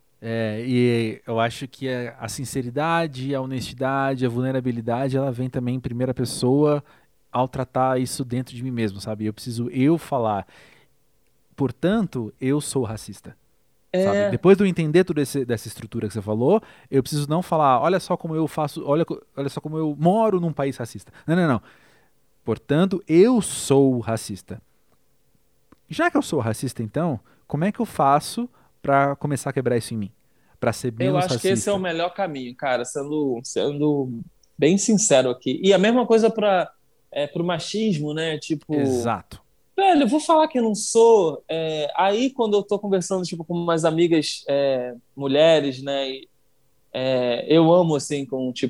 Speaker 1: E eu acho que a sinceridade, a honestidade, a vulnerabilidade, ela vem também em primeira pessoa ao tratar isso dentro de mim mesmo, sabe? Eu preciso eu falar. Portanto, eu sou racista, sabe?
Speaker 2: É,
Speaker 1: Depois de eu entender toda dessa estrutura que você falou, eu preciso não falar, olha só como eu faço, olha só como eu moro num país racista. Não, não, não. Portanto, eu sou racista. Já que eu sou racista, então, como é que eu faço pra começar a quebrar isso em mim? Pra ser
Speaker 2: eu
Speaker 1: menos
Speaker 2: acho que esse é o
Speaker 1: racista?
Speaker 2: melhor caminho, cara, sendo bem sincero aqui. E a mesma coisa para pro machismo, né? Tipo,
Speaker 1: Exato.
Speaker 2: velho, eu vou falar que eu não sou. Aí, quando eu tô conversando, tipo, com umas amigas mulheres, né? Eu amo, assim,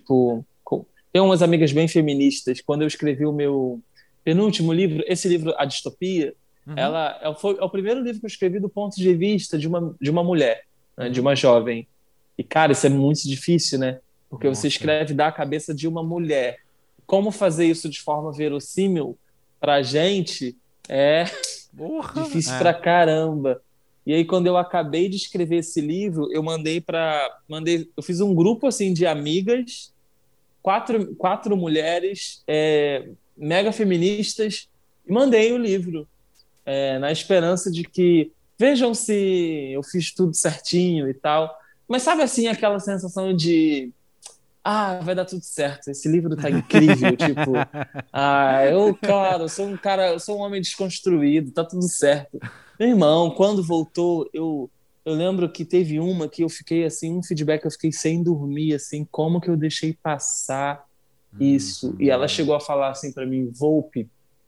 Speaker 2: tem umas amigas bem feministas. Quando eu escrevi o meu penúltimo livro, esse livro, A Distopia,
Speaker 1: Uhum,
Speaker 2: é o primeiro livro que eu escrevi do ponto de vista de uma mulher, né? De
Speaker 1: uhum.
Speaker 2: uma jovem. E, cara, isso é muito difícil, né? Porque você
Speaker 1: Nossa.
Speaker 2: escreve da cabeça de uma mulher. Como fazer isso de forma verossímil pra gente é
Speaker 1: Porra.
Speaker 2: difícil pra caramba. E aí, quando eu acabei de escrever esse livro, eu fiz um grupo assim de amigas, quatro mulheres mega feministas, e mandei o livro, na esperança de que vejam se eu fiz tudo certinho e tal. Mas sabe assim, aquela sensação de vai dar tudo certo, esse livro tá incrível, tipo, claro, eu sou um homem desconstruído, tá tudo certo. Meu irmão, quando voltou, eu lembro que teve uma que eu fiquei assim, um feedback, eu fiquei sem dormir, assim, como que eu deixei passar isso? E ela
Speaker 1: Uhum.
Speaker 2: chegou a falar assim para mim, Volpe,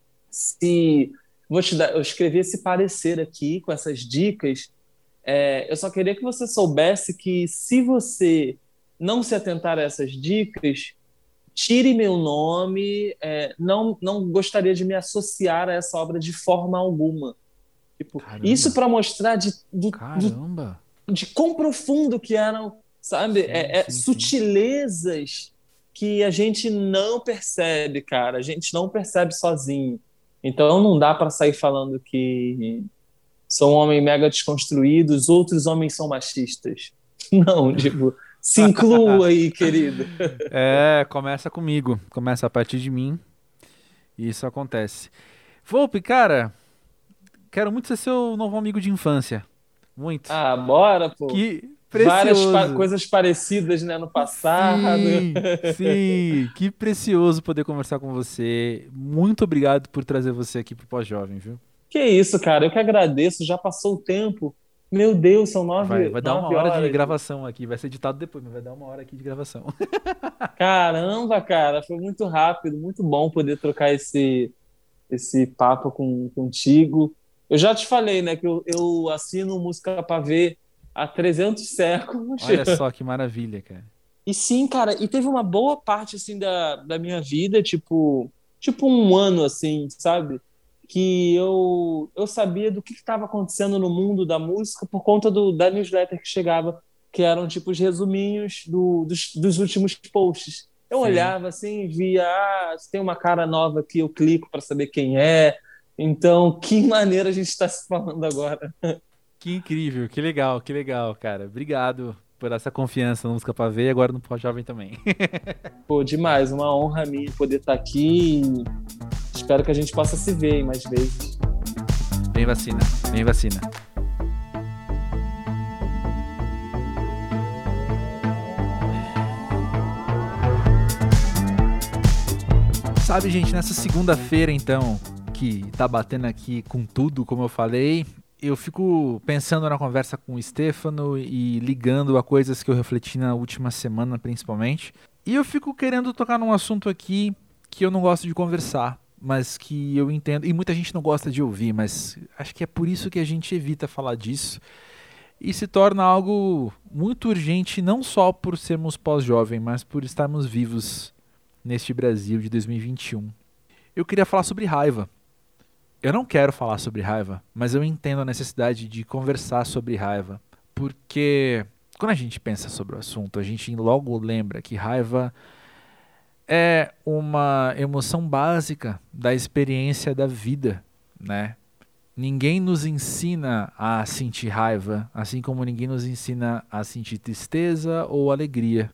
Speaker 2: se vou te dar, eu escrevi esse parecer aqui com essas dicas, eu só queria que você soubesse que se você não se atentar a essas dicas, tire meu nome, não gostaria de me associar a essa obra de forma alguma. Tipo, isso
Speaker 1: Caramba.
Speaker 2: para mostrar
Speaker 1: Caramba.
Speaker 2: de quão profundo que eram, sabe?
Speaker 1: Sim, sim, sim.
Speaker 2: Sutilezas que a gente não percebe, cara. A gente não percebe sozinho. Então não dá para sair falando que sou um homem mega desconstruído, os outros homens são machistas. Não, tipo, se inclua aí, querido.
Speaker 1: Começa comigo. Começa a partir de mim. E isso acontece. Volpe, cara, quero muito ser seu novo amigo de infância. Muito.
Speaker 2: Bora, pô.
Speaker 1: Que
Speaker 2: Várias
Speaker 1: precioso.
Speaker 2: coisas parecidas, né, no passado.
Speaker 1: Sim, sim. Que precioso poder conversar com você. Muito obrigado por trazer você aqui pro Pós-Jovem, viu?
Speaker 2: Que isso, cara, eu que agradeço, já passou o tempo. Meu Deus, são
Speaker 1: Vai dar uma
Speaker 2: nove
Speaker 1: hora de
Speaker 2: horas.
Speaker 1: gravação aqui. Vai ser editado depois, mas vai dar uma hora aqui de gravação.
Speaker 2: Caramba, cara, foi muito rápido, muito bom poder trocar esse papo contigo. Eu já te falei, né, que eu assino música pra ver há 300 séculos.
Speaker 1: Olha só que maravilha, cara.
Speaker 2: E sim, cara, e teve uma boa parte, assim, da minha vida, tipo um ano, assim, sabe? Que eu sabia do que estava acontecendo no mundo da música por conta da newsletter que chegava, que eram, tipo, os resuminhos dos últimos posts. Eu
Speaker 1: Sim.
Speaker 2: olhava, assim, via, se tem uma cara nova aqui, eu clico para saber quem é. Então, que maneira a gente está se falando agora.
Speaker 1: Que incrível, que legal, cara. Obrigado por essa confiança no Música Pra Ver e agora no Pós-Jovem também.
Speaker 2: Pô, demais, uma honra minha poder estar aqui. Espero que a gente possa se ver mais vezes.
Speaker 1: Vem vacina, vem vacina. Sabe, gente, nessa segunda-feira, então, que tá batendo aqui com tudo, como eu falei, eu fico pensando na conversa com o Stefano e ligando a coisas que eu refleti na última semana, principalmente. E eu fico querendo tocar num assunto aqui que eu não gosto de conversar, mas que eu entendo, e muita gente não gosta de ouvir, mas acho que é por isso que a gente evita falar disso. E se torna algo muito urgente, não só por sermos pós-jovem, mas por estarmos vivos neste Brasil de 2021. Eu queria falar sobre raiva. Eu não quero falar sobre raiva, mas eu entendo a necessidade de conversar sobre raiva, porque quando a gente pensa sobre o assunto, a gente logo lembra que raiva é uma emoção básica da experiência da vida, né? Ninguém nos ensina a sentir raiva, assim como ninguém nos ensina a sentir tristeza ou alegria.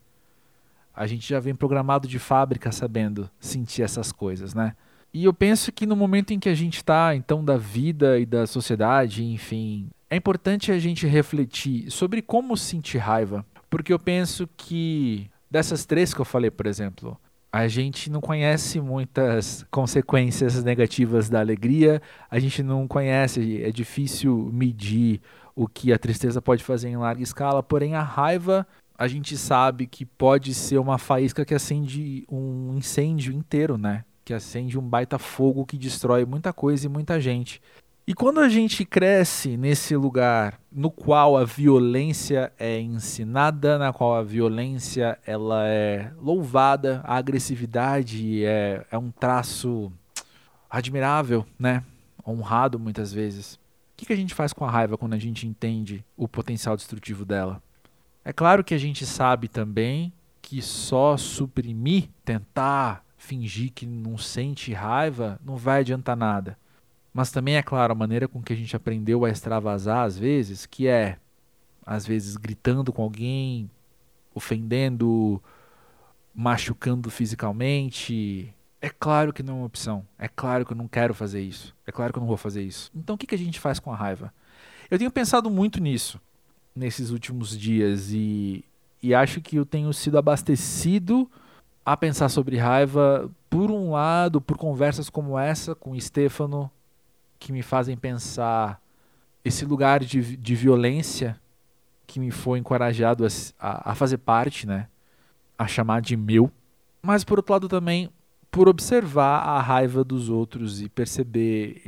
Speaker 1: A gente já vem programado de fábrica sabendo sentir essas coisas, né? E eu penso que no momento em que a gente está, então, da vida e da sociedade, enfim, é importante a gente refletir sobre como sentir raiva. Porque eu penso que dessas três que eu falei, por exemplo, a gente não conhece muitas consequências negativas da alegria, a gente não conhece, é difícil medir o que a tristeza pode fazer em larga escala, porém a raiva a gente sabe que pode ser uma faísca que acende um incêndio inteiro, né? Que acende um baita fogo que destrói muita coisa e muita gente. E quando a gente cresce nesse lugar no qual a violência é ensinada, na qual a violência ela é louvada, a agressividade é um traço admirável, né? Honrado muitas vezes. O que a gente faz com a raiva quando a gente entende o potencial destrutivo dela? É claro que a gente sabe também que só suprimir, tentar fingir que não sente raiva, não vai adiantar nada. Mas também é claro a maneira com que a gente aprendeu a extravasar às vezes, que é, às vezes, gritando com alguém, ofendendo, machucando fisicamente. É claro que não é uma opção. É claro que eu não quero fazer isso. É claro que eu não vou fazer isso. Então o que a gente faz com a raiva? Eu tenho pensado muito nisso nesses últimos dias e acho que eu tenho sido abastecido a pensar sobre raiva, por um lado, por conversas como essa com o Stefano, que me fazem pensar esse lugar de violência que me foi encorajado a fazer parte, né? A chamar de meu. Mas, por outro lado, também por observar a raiva dos outros e perceber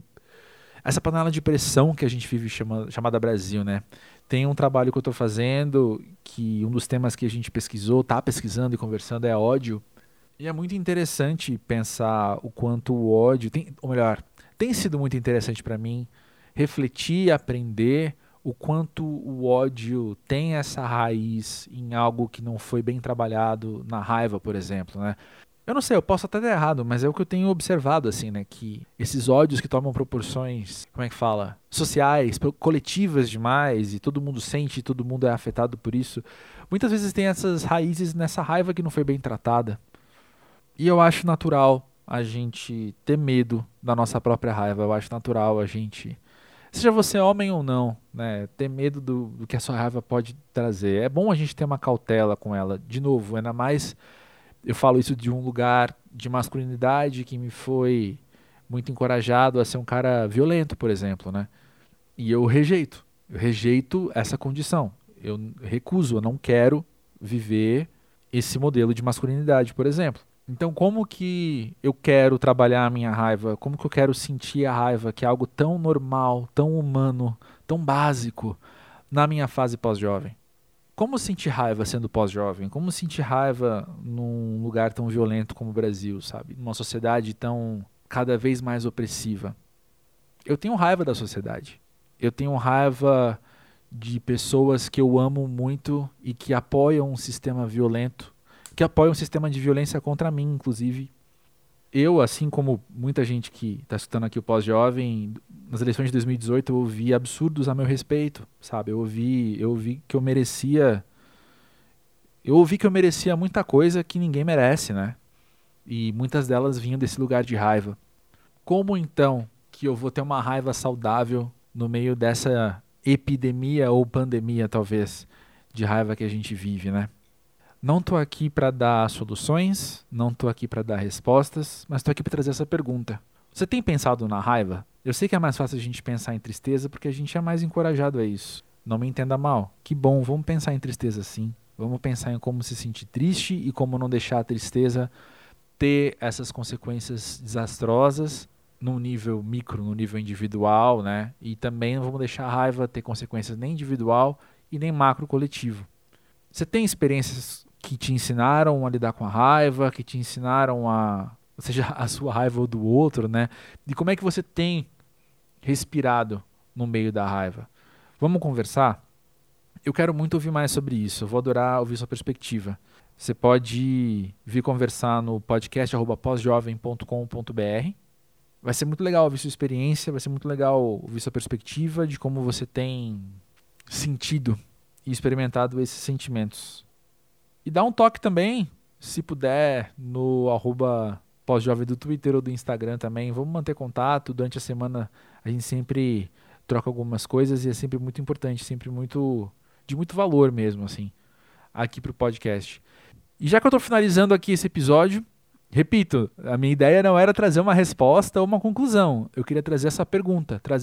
Speaker 1: essa panela de pressão que a gente vive chamada Brasil, né? Tem um trabalho que eu estou fazendo, que um dos temas que a gente pesquisou, está pesquisando e conversando é ódio. E é muito interessante pensar o quanto o ódio, tem sido muito interessante para mim refletir, aprender o quanto o ódio tem essa raiz em algo que não foi bem trabalhado na raiva, por exemplo, né? Eu não sei, eu posso até estar errado, mas é o que eu tenho observado, assim, né? Que esses ódios que tomam proporções, como é que fala? Sociais, coletivas demais, e todo mundo sente, todo mundo é afetado por isso. Muitas vezes tem essas raízes nessa raiva que não foi bem tratada. E eu acho natural a gente ter medo da nossa própria raiva. Eu acho natural a gente, seja você homem ou não, né? Ter medo do que a sua raiva pode trazer. É bom a gente ter uma cautela com ela. De novo, ainda mais... Eu falo isso de um lugar de masculinidade que me foi muito encorajado a ser um cara violento, por exemplo, né? E eu rejeito essa condição. Eu recuso, eu não quero viver esse modelo de masculinidade, por exemplo. Então, como que eu quero trabalhar a minha raiva? Como que eu quero sentir a raiva, que é algo tão normal, tão humano, tão básico na minha fase pós-jovem? Como sentir raiva sendo pós-jovem? Como sentir raiva num lugar tão violento como o Brasil, sabe? Numa sociedade tão cada vez mais opressiva. Eu tenho raiva da sociedade. Eu tenho raiva de pessoas que eu amo muito e que apoiam um sistema violento, que apoiam um sistema de violência contra mim, inclusive. Eu, assim como muita gente que está escutando aqui o pós-jovem, nas eleições de 2018 eu ouvi absurdos a meu respeito, sabe? Eu ouvi que eu merecia muita coisa que ninguém merece, né? E muitas delas vinham desse lugar de raiva. Como então que eu vou ter uma raiva saudável no meio dessa epidemia ou pandemia, talvez, de raiva que a gente vive, né? Não estou aqui para dar soluções, não estou aqui para dar respostas, mas estou aqui para trazer essa pergunta. Você tem pensado na raiva? Eu sei que é mais fácil a gente pensar em tristeza porque a gente é mais encorajado a isso. Não me entenda mal. Que bom, vamos pensar em tristeza sim. Vamos pensar em como se sentir triste e como não deixar a tristeza ter essas consequências desastrosas num nível micro, no nível individual, né? E também não vamos deixar a raiva ter consequências nem individual e nem macro coletivo. Você tem experiências que te ensinaram a lidar com a raiva, que te ensinaram a seja a sua raiva ou do outro, né? E como é que você tem respirado no meio da raiva? Vamos conversar? Eu quero muito ouvir mais sobre isso. Eu vou adorar ouvir sua perspectiva. Você pode vir conversar no podcast @posjovem.com.br. Vai ser muito legal ouvir sua experiência, vai ser muito legal ouvir sua perspectiva de como você tem sentido e experimentado esses sentimentos. E dá um toque também, se puder, no @posjovem do Twitter ou do Instagram também. Vamos manter contato. Durante a semana a gente sempre troca algumas coisas e é sempre muito importante, sempre de muito valor mesmo, assim, aqui pro podcast. E já que eu tô finalizando aqui esse episódio, repito, a minha ideia não era trazer uma resposta ou uma conclusão. Eu queria trazer essa pergunta, trazer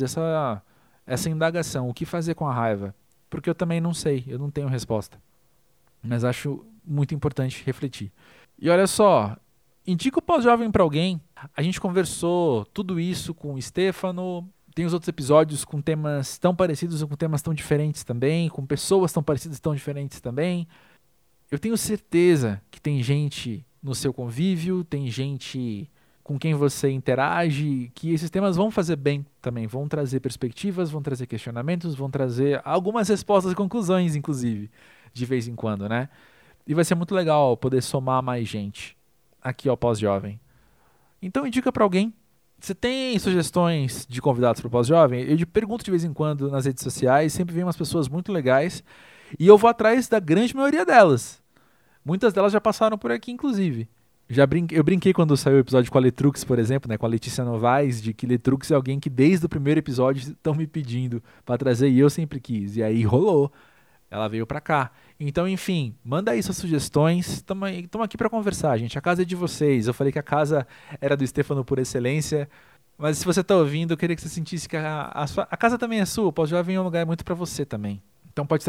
Speaker 1: essa indagação. O que fazer com a raiva? Porque eu também não sei, eu não tenho resposta. Mas acho muito importante refletir. E olha só, indica o Pós-Jovem para alguém. A gente conversou tudo isso com o Stefano. Tem os outros episódios com temas tão parecidos ou com temas tão diferentes também, com pessoas tão parecidas e tão diferentes também. Eu tenho certeza que tem gente no seu convívio, tem gente com quem você interage, que esses temas vão fazer bem também, vão trazer perspectivas, vão trazer questionamentos, vão trazer algumas respostas e conclusões, inclusive, de vez em quando, né? E vai ser muito legal poder somar mais gente aqui ao Pós-Jovem. Então indica para alguém. Você tem sugestões de convidados para o Pós-Jovem? Eu pergunto de vez em quando nas redes sociais, sempre vem umas pessoas muito legais e eu vou atrás da grande maioria delas. Muitas delas já passaram por aqui, inclusive. Eu brinquei quando saiu o episódio com a Letrux, por exemplo, né, com a Letícia Novaes, de que Letrux é alguém que desde o primeiro episódio estão me pedindo para trazer e eu sempre quis. E aí rolou. Ela veio para cá. Então, enfim, manda aí suas sugestões. Estamos aqui para conversar, gente. A casa é de vocês. Eu falei que a casa era do Stefano por excelência. Mas se você está ouvindo, eu queria que você sentisse que a casa também é sua. O Pós-Jovem é um lugar muito para você também. Então pode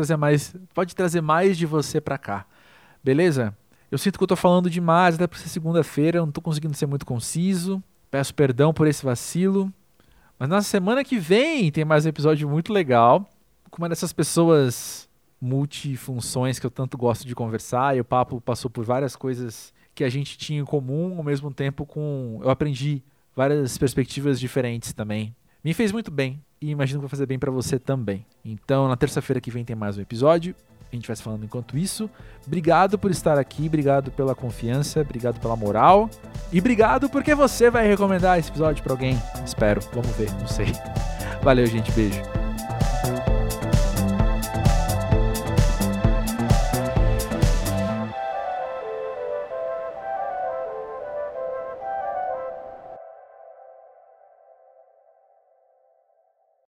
Speaker 1: trazer mais de você para cá. Beleza? Eu sinto que eu estou falando demais, até por ser segunda-feira. Eu não estou conseguindo ser muito conciso. Peço perdão por esse vacilo. Mas na semana que vem tem mais um episódio muito legal. Com uma dessas pessoas multifunções que eu tanto gosto de conversar, e o papo passou por várias coisas que a gente tinha em comum, ao mesmo tempo eu aprendi várias perspectivas diferentes também. Me fez muito bem e imagino que vai fazer bem pra você também. Então, na terça-feira que vem tem mais um episódio. A gente vai se falando enquanto isso. Obrigado por estar aqui, obrigado pela confiança, obrigado pela moral e obrigado porque você vai recomendar esse episódio pra alguém. Espero, vamos ver, não sei. Valeu, gente, beijo.